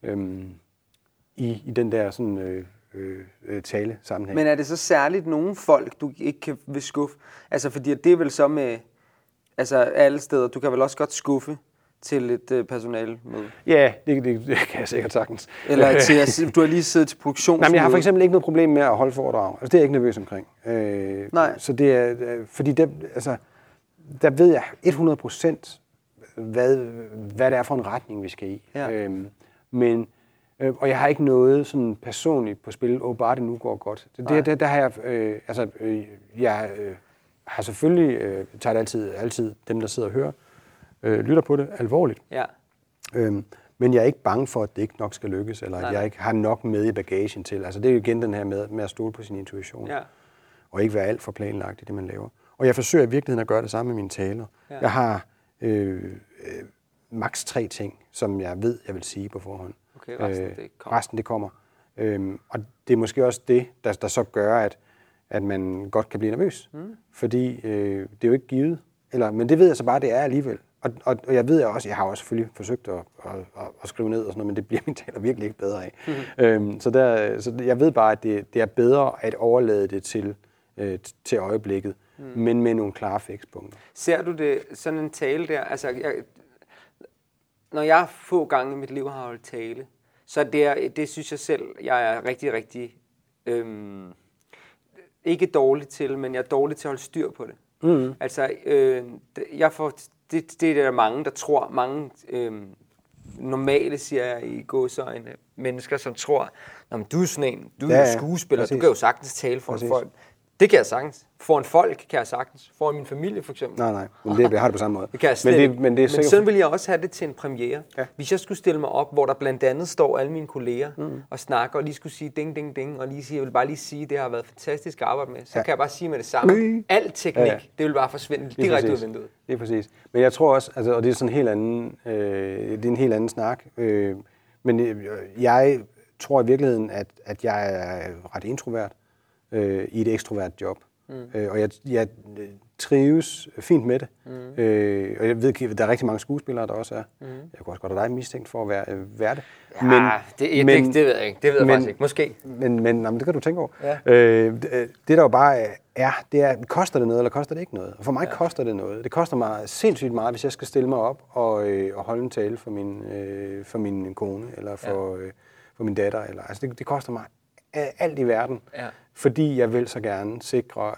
I den der sådan tale sammenhæng. Men er det så særligt nogle folk, du ikke vil skuffe? Altså fordi det er vel så med alle steder, du kan vel også godt skuffe til et personalemøde? Ja, det kan jeg sikkert sagtens. Eller du har lige siddet til produktionsmøde. Nej, jeg har for eksempel ikke noget problem med at holde foredrag. Altså, det er jeg ikke nervøs omkring. Nej. Så det er, fordi der ved jeg 100% hvad det er for en retning, vi skal i. Ja. Og jeg har ikke noget sådan personligt på spil, bare det nu går godt. Der har jeg, jeg har selvfølgelig, tager det altid dem, der sidder og hører, lytter på det alvorligt. Ja. Men jeg er ikke bange for, at det ikke nok skal lykkes, eller at jeg ikke har nok med i bagagen til. Altså det er jo igen den her med at stole på sin intuition, og ikke være alt for planlagt i det, man laver. Og jeg forsøger i virkeligheden at gøre det samme med mine taler. Ja. Jeg har maks 3 ting, som jeg ved, jeg vil sige på forhånd. Okay, resten det kommer. Og det er måske også det, der så gør, at man godt kan blive nervøs. Fordi det er jo ikke givet. Men det ved jeg så bare, det er alligevel. Og jeg ved også, jeg har også selvfølgelig forsøgt at skrive ned og sådan noget, men det bliver min taler virkelig ikke bedre af. Så jeg ved bare, at det er bedre at overlade det til øjeblikket, men med nogle klare fikspunkter. Ser du det sådan en tale der? Altså, når jeg få gange i mit liv har holdt tale, så det synes jeg selv, jeg er rigtig, rigtig ikke dårlig til, men jeg er dårlig til at holde styr på det. Altså, det er der mange, der tror, mange normale, siger jeg i gåseøjne, mennesker, som tror, du er sådan en, du er skuespiller, præcis. Du kan jo sagtens tale for en folk. Det kan jeg sagtens. For en folk kan jeg sagtens. For min familie for eksempel. Nej, men jeg har det på samme måde. Det kan jeg slet men sådan vil jeg også have det til en premiere. Ja. Hvis jeg skulle stille mig op, hvor der blandt andet står alle mine kolleger og snakker, og lige skulle sige ding, ding, ding, og jeg vil bare lige sige, det har været fantastisk at arbejde med, så kan jeg bare sige med det samme. Al teknik, det vil bare forsvinde direkte ud af vinduet. Det er præcis. Men jeg tror også, og det er sådan en helt anden, anden snak, men jeg tror i virkeligheden, at jeg er ret introvert i et ekstrovert job. Og jeg trives fint med det. Og jeg ved, at der er rigtig mange skuespillere, der også er. Jeg kunne også godt have dig mistænkt for at være det. Ja, det ved jeg ikke. Det ved jeg faktisk ikke. Måske. Men det kan du tænke over. Ja. Det der jo bare det er, koster det noget, eller koster det ikke noget? Og for mig koster det noget. Det koster mig sindssygt meget, hvis jeg skal stille mig op og holde en tale for min kone, eller for min datter. Altså det koster mig alt i verden. Ja. Fordi jeg vil så gerne sikre,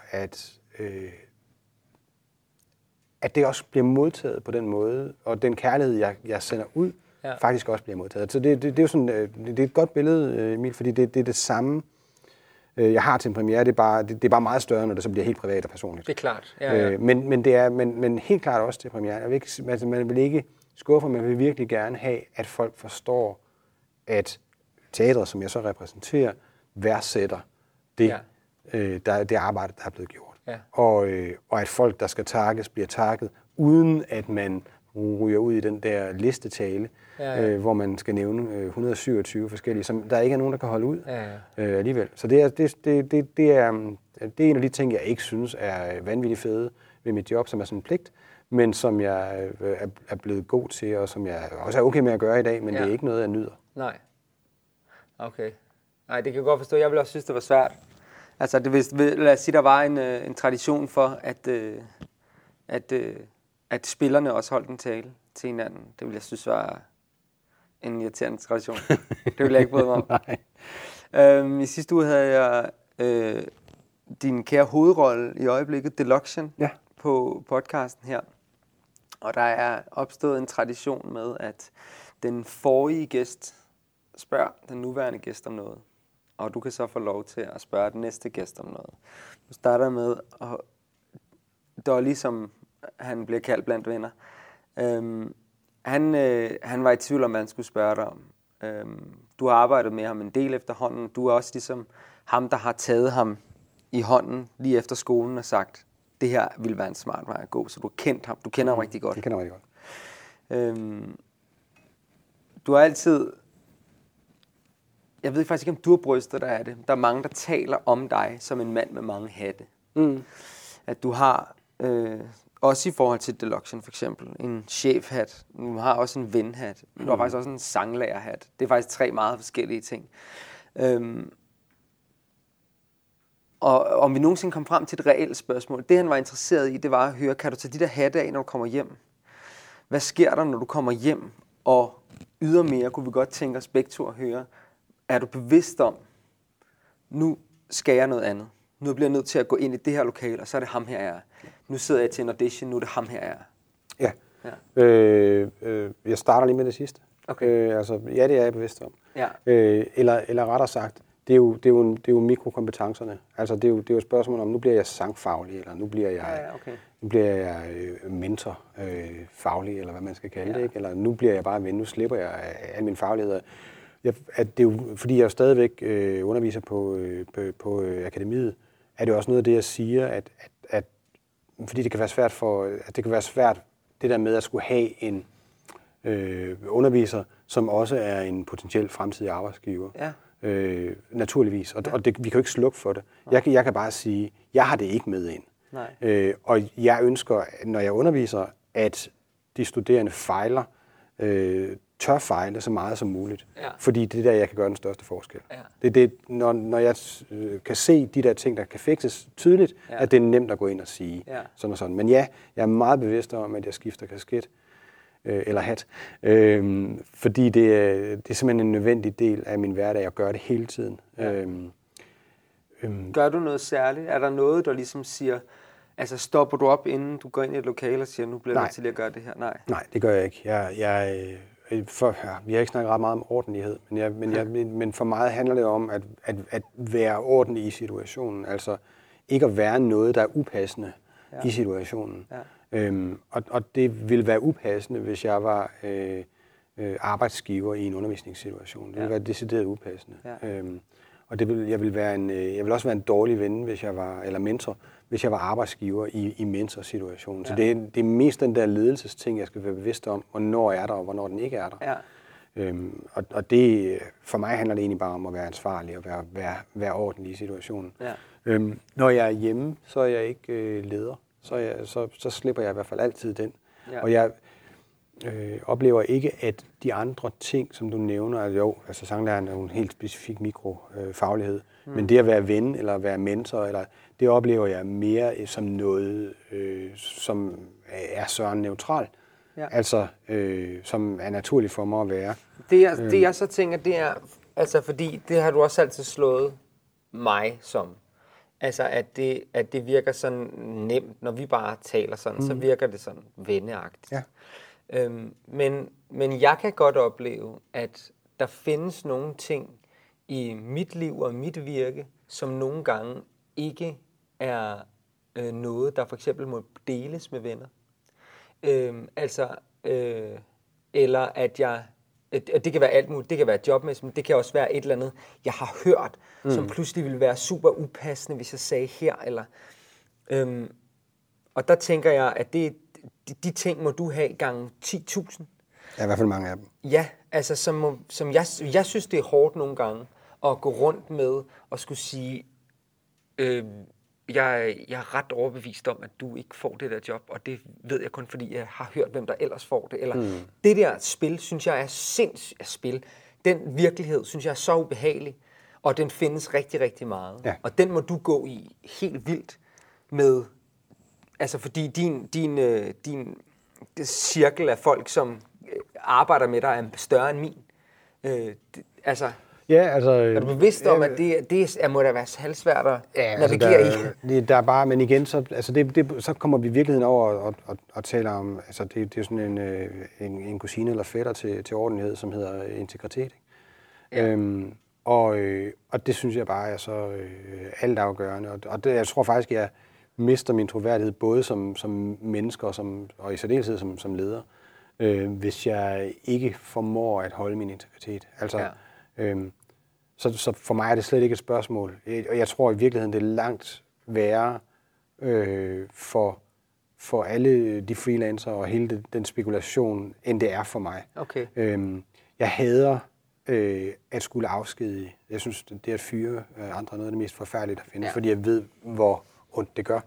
at det også bliver modtaget på den måde, og den kærlighed, jeg sender ud, faktisk også bliver modtaget. Så det er jo sådan, det er et godt billede, Emil, fordi det er det samme, jeg har til en premiere. Det er bare meget større, når det så bliver helt privat og personligt. Det er klart. Ja. Men helt klart også til premiere. Man vil ikke skuffe, man vil virkelig gerne have, at folk forstår, at teatret, som jeg så repræsenterer, værdsætter det arbejde, der er blevet gjort. Ja. Og at folk, der skal takkes, bliver takket, uden at man ryger ud i den der listetale, hvor man skal nævne 127 forskellige, som der ikke er nogen, der kan holde ud alligevel. Så det er en af de ting, jeg ikke synes er vanvittigt fede ved mit job, som er sådan en pligt, men som jeg er blevet god til, og som jeg også er okay med at gøre i dag, men det er ikke noget, jeg nyder. Nej. Okay. Nej, det kan jeg godt forstå. Jeg ville også synes, det var svært. Altså, lad os sige, der var en tradition for, at spillerne også holdt en tale til hinanden. Det ville jeg synes var en irriterende tradition. Det ville jeg ikke bryde mig om. I sidste uge havde jeg din kære hovedrolle i øjeblikket, Deluxion, på podcasten her. Og der er opstået en tradition med, at den forrige gæst spørger den nuværende gæst om noget. Og du kan så få lov til at spørge den næste gæst om noget. Du starter med, og Dolly, som han bliver kaldt blandt venner, Han var i tvivl om, hvad han skulle spørge dig om. Du har arbejdet med ham en del efterhånden. Du er også ligesom ham, der har taget ham i hånden lige efter skolen og sagt, det her ville være en smart vej at gå. Så du har kendt ham. Du kender ham rigtig godt. Jeg kender ham rigtig godt. Du har altid... Jeg ved faktisk ikke, om du har brystet dig af det. Der er mange, der taler om dig som en mand med mange hatte. At du har, også i forhold til Deluxion for eksempel, en chefhat. Du har også en venhat. Du har faktisk også en sanglærerhat. Det er faktisk 3 meget forskellige ting. Og om vi nogensinde kom frem til et reelt spørgsmål, det han var interesseret i, det var at høre, kan du tage de der hatte af, når du kommer hjem? Hvad sker der, når du kommer hjem? Og ydermere kunne vi godt tænke os begge to at høre, er du bevidst om, nu skal jeg noget andet. Nu bliver jeg nødt til at gå ind i det her lokale, og så er det ham her, jeg er. Nu sidder jeg til en audition, nu er det ham her, jeg er. Ja. Jeg starter lige med det sidste. Okay. Ja, det er jeg bevidst om. Ja. Eller rettere sagt, det er jo mikrokompetencerne. Altså, det er jo et spørgsmål om, nu bliver jeg sangfaglig, eller nu bliver jeg mentorfaglig, eller hvad man skal kalde det, ikke? Eller nu bliver jeg bare ven, nu slipper jeg af mine fagligheder. Det er jo, fordi jeg stadigvæk underviser på akademiet, er det også noget af det, jeg siger, at fordi det kan være svært det der med at skulle have en underviser, som også er en potentiel fremtidig arbejdsgiver. Ja. Naturligvis. Og vi kan jo ikke slukke for det. Jeg kan bare sige, jeg har det ikke med ind. Nej. Og jeg ønsker, når jeg underviser, at de studerende fejler, tør fejle så meget som muligt. Ja. Fordi det er der, jeg kan gøre den største forskel. Ja. Det er det, når jeg kan se de der ting, der kan fikses tydeligt, at det er nemt at gå ind og sige sådan og sådan. Men ja, jeg er meget bevidst om, at jeg skifter kasket eller hat. Fordi det er simpelthen en nødvendig del af min hverdag at gøre det hele tiden. Ja. Gør du noget særligt? Er der noget, der ligesom siger, altså stopper du op, inden du går ind i et lokale og siger, nu bliver jeg til at gøre det her? Nej, det gør jeg ikke. Vi har ikke snakket ret meget om ordentlighed, men for mig handler det om at være ordentlig i situationen. Altså ikke at være noget, der er upassende i situationen. Ja. Og det ville være upassende, hvis jeg var arbejdsgiver i en undervisningssituation. Det ville være decideret upassende. Ja. Og jeg vil også være en dårlig ven, hvis jeg var, eller mentor, hvis jeg var arbejdsgiver i mentorsituationen. Så det er mest den der ledelsesting, jeg skal være bevidst om, hvornår er der, og hvornår den ikke er der. Ja. Og det, for mig handler det egentlig bare om at være ansvarlig og være ordentlig i situationen. Ja. Når jeg er hjemme, så er jeg ikke leder. Så slipper jeg i hvert fald altid den. Ja. Og jeg oplever ikke, at de andre ting, som du nævner, altså sanglæreren er jo en helt specifik mikrofaglighed, men det at være ven eller være mentor, det oplever jeg mere som noget, som er søren neutral. Ja. Altså, som er naturligt for mig at være. Det jeg så tænker, det er, altså fordi det har du også altid slået mig som. Altså, at det virker sådan nemt, når vi bare taler sådan, så virker det sådan venneagtigt. Ja. Men jeg kan godt opleve, at der findes nogle ting i mit liv og mit virke, som nogle gange ikke er noget, der for eksempel må deles med venner. Eller at jeg... Det kan være alt muligt, det kan være jobmæssigt, men det kan også være et eller andet, jeg har hørt, som pludselig ville være super upassende, hvis jeg sagde her. Eller, og der tænker jeg, at de ting må du have gange 10.000. Ja, i hvert fald mange af dem. Ja, altså som jeg synes, det er hårdt nogle gange at gå rundt med og skulle sige, jeg er ret overbevist om, at du ikke får det der job, og det ved jeg kun, fordi jeg har hørt, hvem der ellers får det. Eller det der spil, synes jeg er sindssygt spil. Den virkelighed, synes jeg er så ubehagelig, og den findes rigtig, rigtig meget. Ja. Og den må du gå i helt vildt med, altså fordi din cirkel af folk, som arbejder med dig, er større end min. Ja, altså... Er du bevidst om, at det må da være halvsvært at navigere i? Der er bare, men igen, så kommer vi i virkeligheden over og taler om, altså det er sådan en kusine eller fætter til ordentlighed, som hedder integritet. Ja. Og det synes jeg bare er så altafgørende. Og det, jeg tror faktisk, jeg mister min troværdighed både som menneske og i særdeleshed som leder. hvis jeg ikke formår at holde min integritet. Altså, så for mig er det slet ikke et spørgsmål. Og jeg tror i virkeligheden, det er langt værre for alle de freelancer og hele den spekulation, end det er for mig. Okay. Jeg hader at skulle afskedige. Jeg synes, det at fyre andre er noget af det mest forfærdelige, der findes, fordi jeg ved, hvor ondt det gør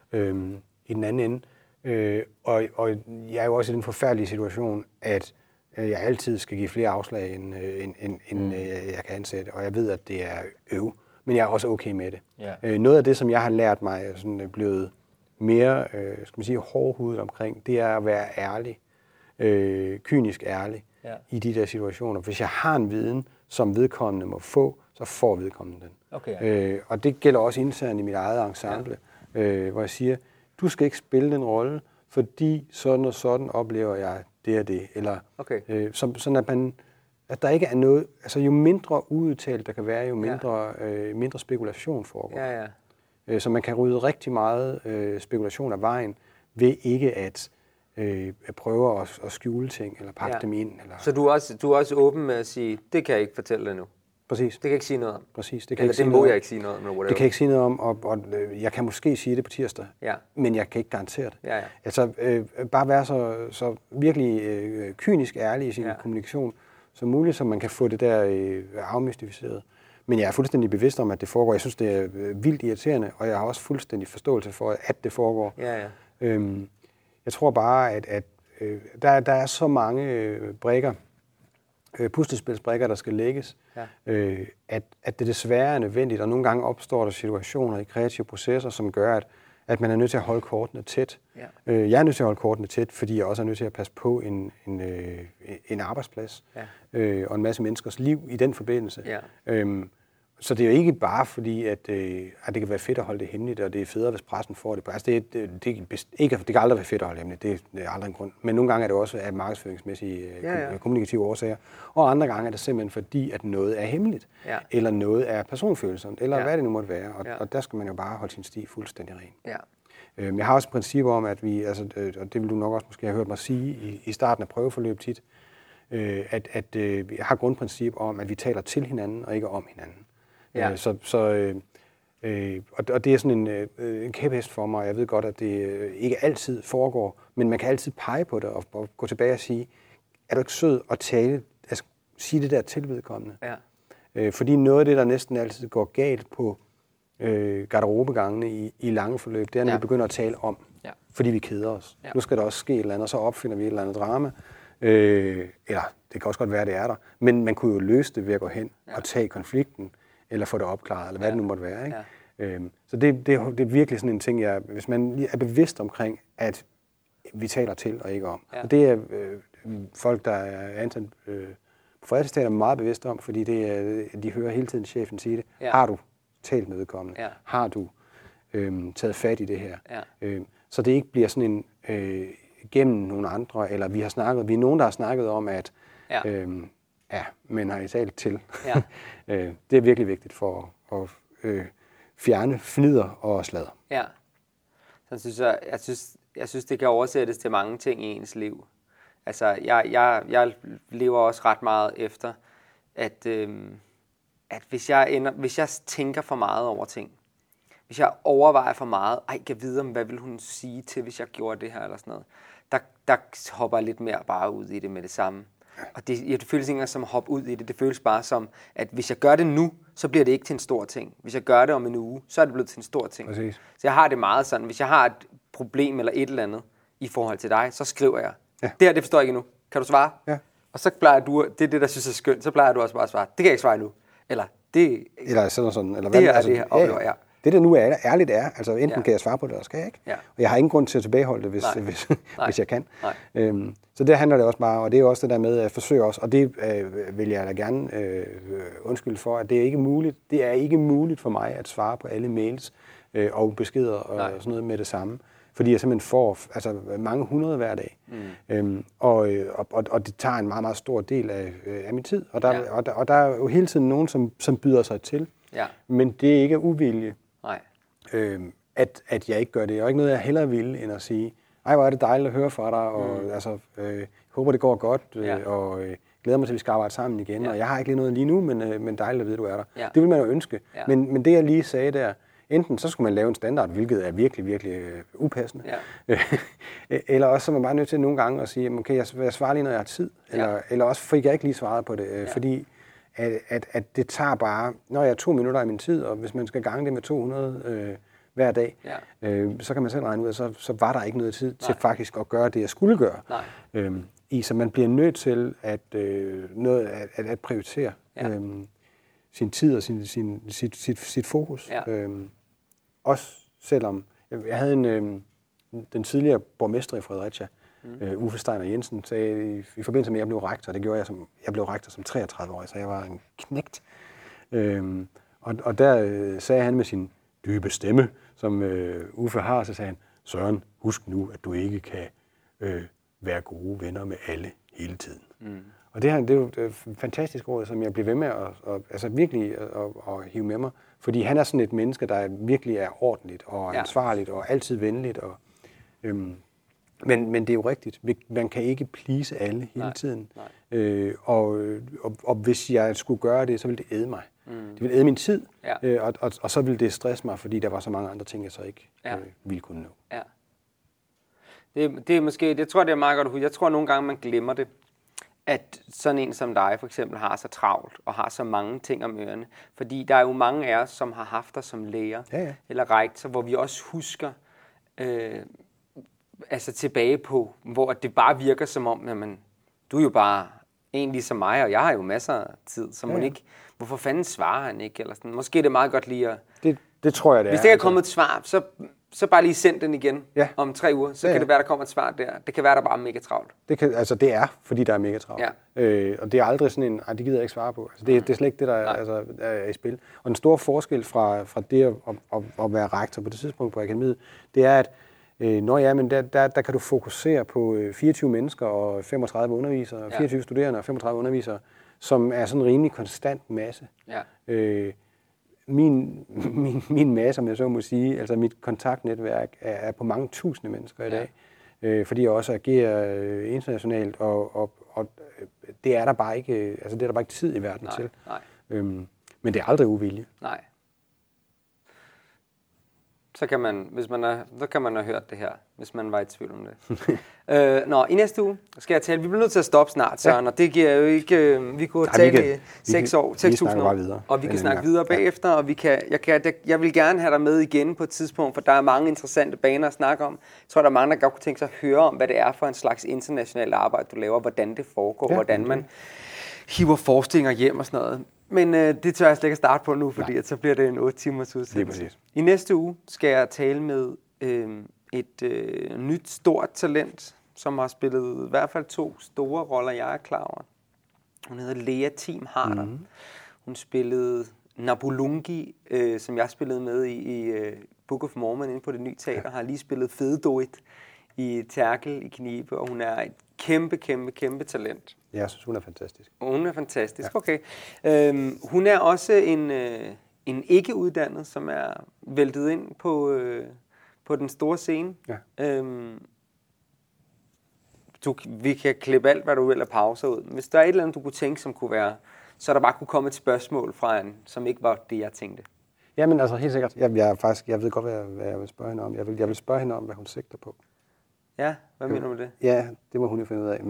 i den anden ende. Og jeg er jo også i den forfærdelige situation, at jeg altid skal give flere afslag, end jeg kan ansætte. Og jeg ved, at det er men jeg er også okay med det. Yeah. Noget af det, som jeg har lært mig, er sådan blevet mere hårdhudet omkring, det er at være ærlig, kynisk ærlig i de der situationer. Hvis jeg har en viden, som vedkommende må få, så får vedkommende den. Okay. Og det gælder også internt i mit eget ensemble, hvor jeg siger, du skal ikke spille den rolle, fordi sådan og sådan oplever jeg det og det. Eller, sådan at der ikke er noget, altså jo mindre udtalt der kan være, jo mindre spekulation foregår. Så man kan rydde rigtig meget spekulation af vejen, ved ikke at prøve at skjule ting, eller pakke dem ind. Eller... Så du er også åben med at sige, det kan jeg ikke fortælle dig nu? Præcis. Det kan jeg ikke sige noget om? Præcis. Det må jeg ikke sige noget om? Whatever. Det kan jeg ikke sige noget om, og jeg kan måske sige det på tirsdag, men jeg kan ikke garantere det. Altså, bare være så virkelig kynisk ærlig i sin kommunikation som muligt, så man kan få det der afmystificeret. Men jeg er fuldstændig bevidst om, at det foregår. Jeg synes, det er vildt irriterende, og jeg har også fuldstændig forståelse for, at det foregår. Jeg tror bare, at der er så mange brikker, puslespilsbrikker, der skal lægges, at det desværre er nødvendigt, og nogle gange opstår der situationer i kreative processer, som gør, at man er nødt til at holde kortene tæt. Jeg er nødt til at holde kortene tæt, fordi jeg også er nødt til at passe på en arbejdsplads og en masse menneskers liv i den forbindelse. Så det er jo ikke bare fordi, at det kan være fedt at holde det hemmeligt, og det er federe, hvis pressen får det. Altså det kan aldrig være fedt at holde hemmeligt, det er aldrig en grund. Men nogle gange er det også af markedsføringsmæssige kommunikative årsager, og andre gange er det simpelthen fordi, at noget er hemmeligt, eller noget er personfølsomt, eller hvad det nu måtte være. Og der skal man jo bare holde sin sti fuldstændig ren. Jeg har også et princip om, at vi, altså, og det vil du nok også måske have hørt mig sige i starten af prøveforløb tit, at jeg har grundprincip om, at vi taler til hinanden og ikke om hinanden. Og det er sådan en kæphest for mig. Jeg ved godt, at det ikke altid foregår, men man kan altid pege på det og gå tilbage og sige, er du ikke sød at tale, altså sige det der til vedkommende? Fordi noget af det, der næsten altid går galt på garderobegangene i lange forløb, det er, når vi begynder at tale om, fordi vi keder os. Nu skal der også ske et eller andet, og så opfinder vi et eller andet drama. Eller det kan også godt være, det er der. Men man kunne jo løse det ved at gå hen og tage konflikten, eller få det opklaret, eller hvad det nu måtte være. Ikke? Så det er virkelig sådan en ting, hvis man er bevidst omkring, at vi taler til og ikke om. Og det er folk, der er ansat på Frederiksstaden, er meget bevidste om, fordi de hører hele tiden chefen sige det. Har du talt med vedkommende? Har du taget fat i det her? Så det ikke bliver sådan en gennem nogle andre, eller vi er nogen, der har snakket om, at men har I talt til. Det er virkelig vigtigt for at fjerne fnider og sladder. Så jeg synes, det kan oversættes til mange ting i ens liv. Altså, jeg lever også ret meget efter, at hvis jeg tænker for meget over ting, hvis jeg overvejer for meget, kan vide om, hvad vil hun sige til, hvis jeg gjorde det her, eller sådan noget, der hopper jeg lidt mere bare ud i det med det samme. Og det føles ikke som at hoppe ud i det. Det føles bare som, at hvis jeg gør det nu, så bliver det ikke til en stor ting. Hvis jeg gør det om en uge, så er det blevet til en stor ting. Præcis. Så jeg har det meget sådan, hvis jeg har et problem eller et eller andet i forhold til dig, så skriver jeg. Det her, det forstår jeg ikke endnu. Kan du svare? Og så plejer du, det er det, der synes er skønt, så plejer du også bare at svare. Det kan jeg ikke svare endnu. Eller sådan. Eller det her er det her, oplever jeg. Det der nu er ærligt er, altså enten kan jeg svare på det, eller skal jeg ikke. Og jeg har ingen grund til at tilbageholde det, hvis jeg kan. Så det handler det også bare, og det er også det der med at forsøge også, og det vil jeg da gerne undskylde for, at det er ikke muligt. Det er ikke muligt for mig at svare på alle mails og beskeder og sådan noget med det samme, fordi jeg simpelthen får mange hundrede hver dag. Og det tager en meget, meget stor del af min tid, og der er jo hele tiden nogen, som byder sig til. Men det er ikke uvilje, at jeg ikke gør det. Og ikke noget, jeg hellere ville, end at sige, ej, hvor er det dejligt at høre fra dig, og håber, det går godt, og glæder mig til, at vi skal arbejde sammen igen, og jeg har ikke lige noget lige nu, men dejligt at vide, du er der. Ja. Det vil man jo ønske. Ja. Men det, jeg lige sagde der, enten så skulle man lave en standard, hvilket er virkelig, virkelig upassende, eller også så er man bare nødt til nogle gange at sige, okay, jeg svarer lige, når jeg har tid, eller også fik jeg ikke lige svaret på det, fordi at det tager bare, når jeg 2 minutter af min tid, og hvis man skal gange det med 200 hver dag, så kan man selv regne ud, at så var der ikke noget tid til faktisk at gøre det, jeg skulle gøre. Så man bliver nødt til at prioritere sin tid og sit fokus. Også selvom jeg havde den tidligere borgmester i Fredericia, Uffe Steiner Jensen, sagde i forbindelse med, at jeg blev rektor, det gjorde jeg blev rektor som 33-årig, så jeg var en knægt. Og der sagde han med sin dybe stemme, som Uffe har, så sagde han, Søren, husk nu, at du ikke kan være gode venner med alle hele tiden. Og det er jo et fantastisk ord, som jeg bliver ved med at virkelig at hive med mig. Fordi han er sådan et menneske, der virkelig er ordentligt og ansvarligt og altid venligt. Men det er jo rigtigt. Man kan ikke please alle hele tiden. Og hvis jeg skulle gøre det, så ville det æde mig. Det ville æde min tid, og så ville det stresse mig, fordi der var så mange andre ting, jeg så ikke ville kunne nå. Ja. Det er måske, jeg tror, det er meget godt. Jeg tror nogle gange, man glemmer det, at sådan en som dig for eksempel har så travlt og har så mange ting om ørerne. Fordi der er jo mange af os, som har haft dig som lærer eller rektor, hvor vi også husker tilbage på, hvor det bare virker som om, jamen, du er jo bare en ligesom mig, og jeg har jo masser af tid, så man ikke, hvorfor fanden svarer han ikke? Eller sådan. Måske er det meget godt lige at... Det tror jeg, det er. Hvis det ikke er kommet et svar, så bare lige send den igen om 3 uger, så kan det være, der kommer et svar der. Det kan være, der bare er mega travlt. Det er, fordi der er mega travlt. Og det er aldrig sådan en, det gider jeg ikke svare på. Altså, det er slet ikke det, der er i spil. Og den store forskel fra det at være rektor på det tidspunkt på akademiet, det er, at der kan du fokusere på 24 mennesker og 35 undervisere, 24 studerende og 35 undervisere, som er sådan en rimelig konstant masse. Min masse, som jeg så må sige, altså mit kontaktnetværk er på mange tusinde mennesker i dag, fordi jeg også agerer internationalt, og det er der bare ikke, altså det er der bare ikke tid i verden til. Men det er aldrig uvilje. Nej. Så kan man have hørt det her, hvis man var i tvivl om det. I næste uge skal jeg tale. Vi bliver nødt til at stoppe snart, Søren, og det giver jo ikke... Vi kunne tale i 6.000 år, og vi kan snakke videre bagefter, og jeg vil gerne have dig med igen på et tidspunkt, for der er mange interessante baner at snakke om. Jeg tror, der er mange, der godt kunne tænke sig at høre om, hvad det er for en slags internationalt arbejde, du laver, hvordan det foregår, hvordan man hiver forestillinger hjem og sådan noget. Men det tør jeg slet ikke at starte på nu, fordi så bliver det en 8 timers udsendelse. I næste uge skal jeg tale med et nyt stort talent, som har spillet i hvert fald 2 store roller, jeg er klar over. Hun hedder Lea Thiem Harder. Hun spillede Nabulungi, som jeg spillede med i Book of Mormon inde på Det Nye Teater. Har lige spillet Fededoit i Terkel i Knibe, og hun er et kæmpe talent. Jeg synes, hun er fantastisk. Hun er fantastisk, okay. Hun er også en ikke-uddannet, som er væltet ind på den store scene. Vi kan klippe alt, hvad du vil af pauser ud. Hvis der er et eller andet, du kunne tænke, som kunne være, så der bare kunne komme et spørgsmål fra en, som ikke var det, jeg tænkte. Jamen altså, helt sikkert. Jeg ved godt, hvad jeg vil spørge hende om. Jeg vil spørge hende om, hvad hun sigter på. Ja, hvad mener du med det? Ja, det må hun jo finde ud af.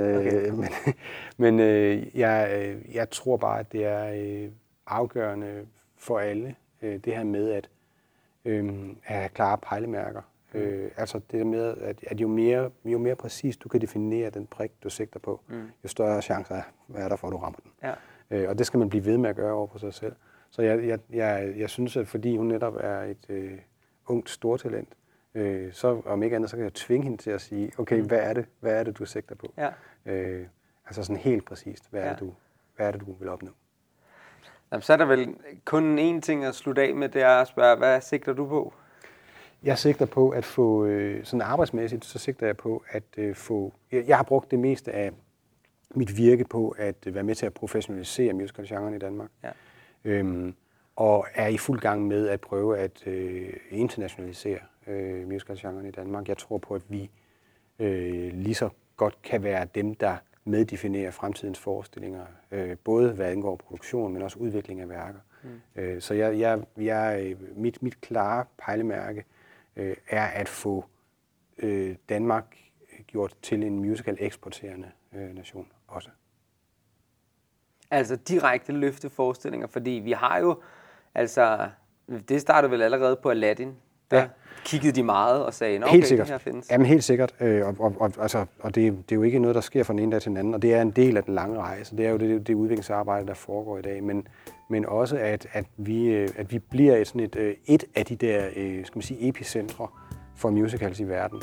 Men jeg tror bare, at det er afgørende for alle, det her med at have klare pejlemærker. Altså det med, at jo mere præcist du kan definere den prik, du sigter på, jo større chancer er der for, at du rammer den. Og det skal man blive ved med at gøre over på sig selv. Så jeg synes, at fordi hun netop er et ungt stortalent, så om ikke andet, så kan jeg tvinge hende til at sige, okay, hvad er det, du sigter på? Altså sådan helt præcist, hvad er det, du vil opnå? Jamen, så er der vel kun én ting at slutte af med, det er at spørge, hvad sigter du på? Jeg sigter på at få, sådan arbejdsmæssigt, så sigter jeg på at få, jeg har brugt det meste af mit virke på at være med til at professionalisere musical-genren i Danmark. og er i fuld gang med at prøve at internationalisere musicalgenren i Danmark. Jeg tror på, at vi lige så godt kan være dem, der meddefinerer fremtidens forestillinger, både hvad angår produktion, men også udvikling af værker. Så mit klare pejlemærke er at få Danmark gjort til en musical eksporterende nation også. Altså direkte løfte forestillinger, fordi vi har jo, altså det startede vel allerede på Aladdin. Der kiggede de meget og sagde, okay, det her findes. Jamen helt sikkert, og det er jo ikke noget, der sker fra den ene dag til den anden, og det er en del af den lange rejse. Det er jo det udviklingsarbejde, der foregår i dag, men også at vi bliver et af de der, skal man sige, epicentre for musicals i verden,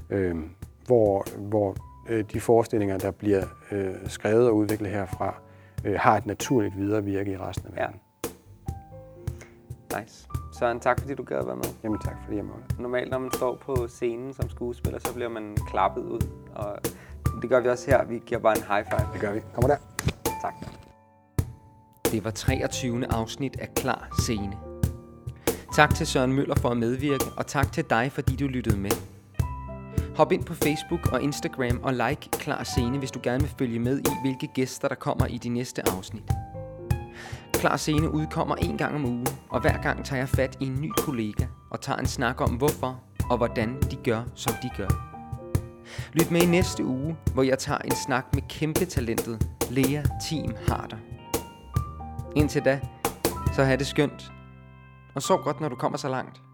hvor de forestillinger, der bliver skrevet og udviklet herfra, har et naturligt viderevirke i resten af verden. Nice. Søren, tak fordi du gad at være med. Jamen tak fordi jeg måtte. Normalt når man står på scenen som skuespiller, så bliver man klappet ud, og det gør vi også her. Vi giver bare en high five. Det gør vi. Kommer der. Tak. Det var 23. afsnit af Klar Scene. Tak til Søren Møller for at medvirke, og tak til dig, fordi du lyttede med. Hop ind på Facebook og Instagram og like Klar Scene, hvis du gerne vil følge med i, hvilke gæster der kommer i de næste afsnit. Klar Scene udkommer 1 gang om ugen, og hver gang tager jeg fat i en ny kollega og tager en snak om hvorfor og hvordan de gør, som de gør. Lyt med i næste uge, hvor jeg tager en snak med kæmpe talentet Lea Team Harder. Indtil da, så have det skønt, og sov godt, når du kommer så langt.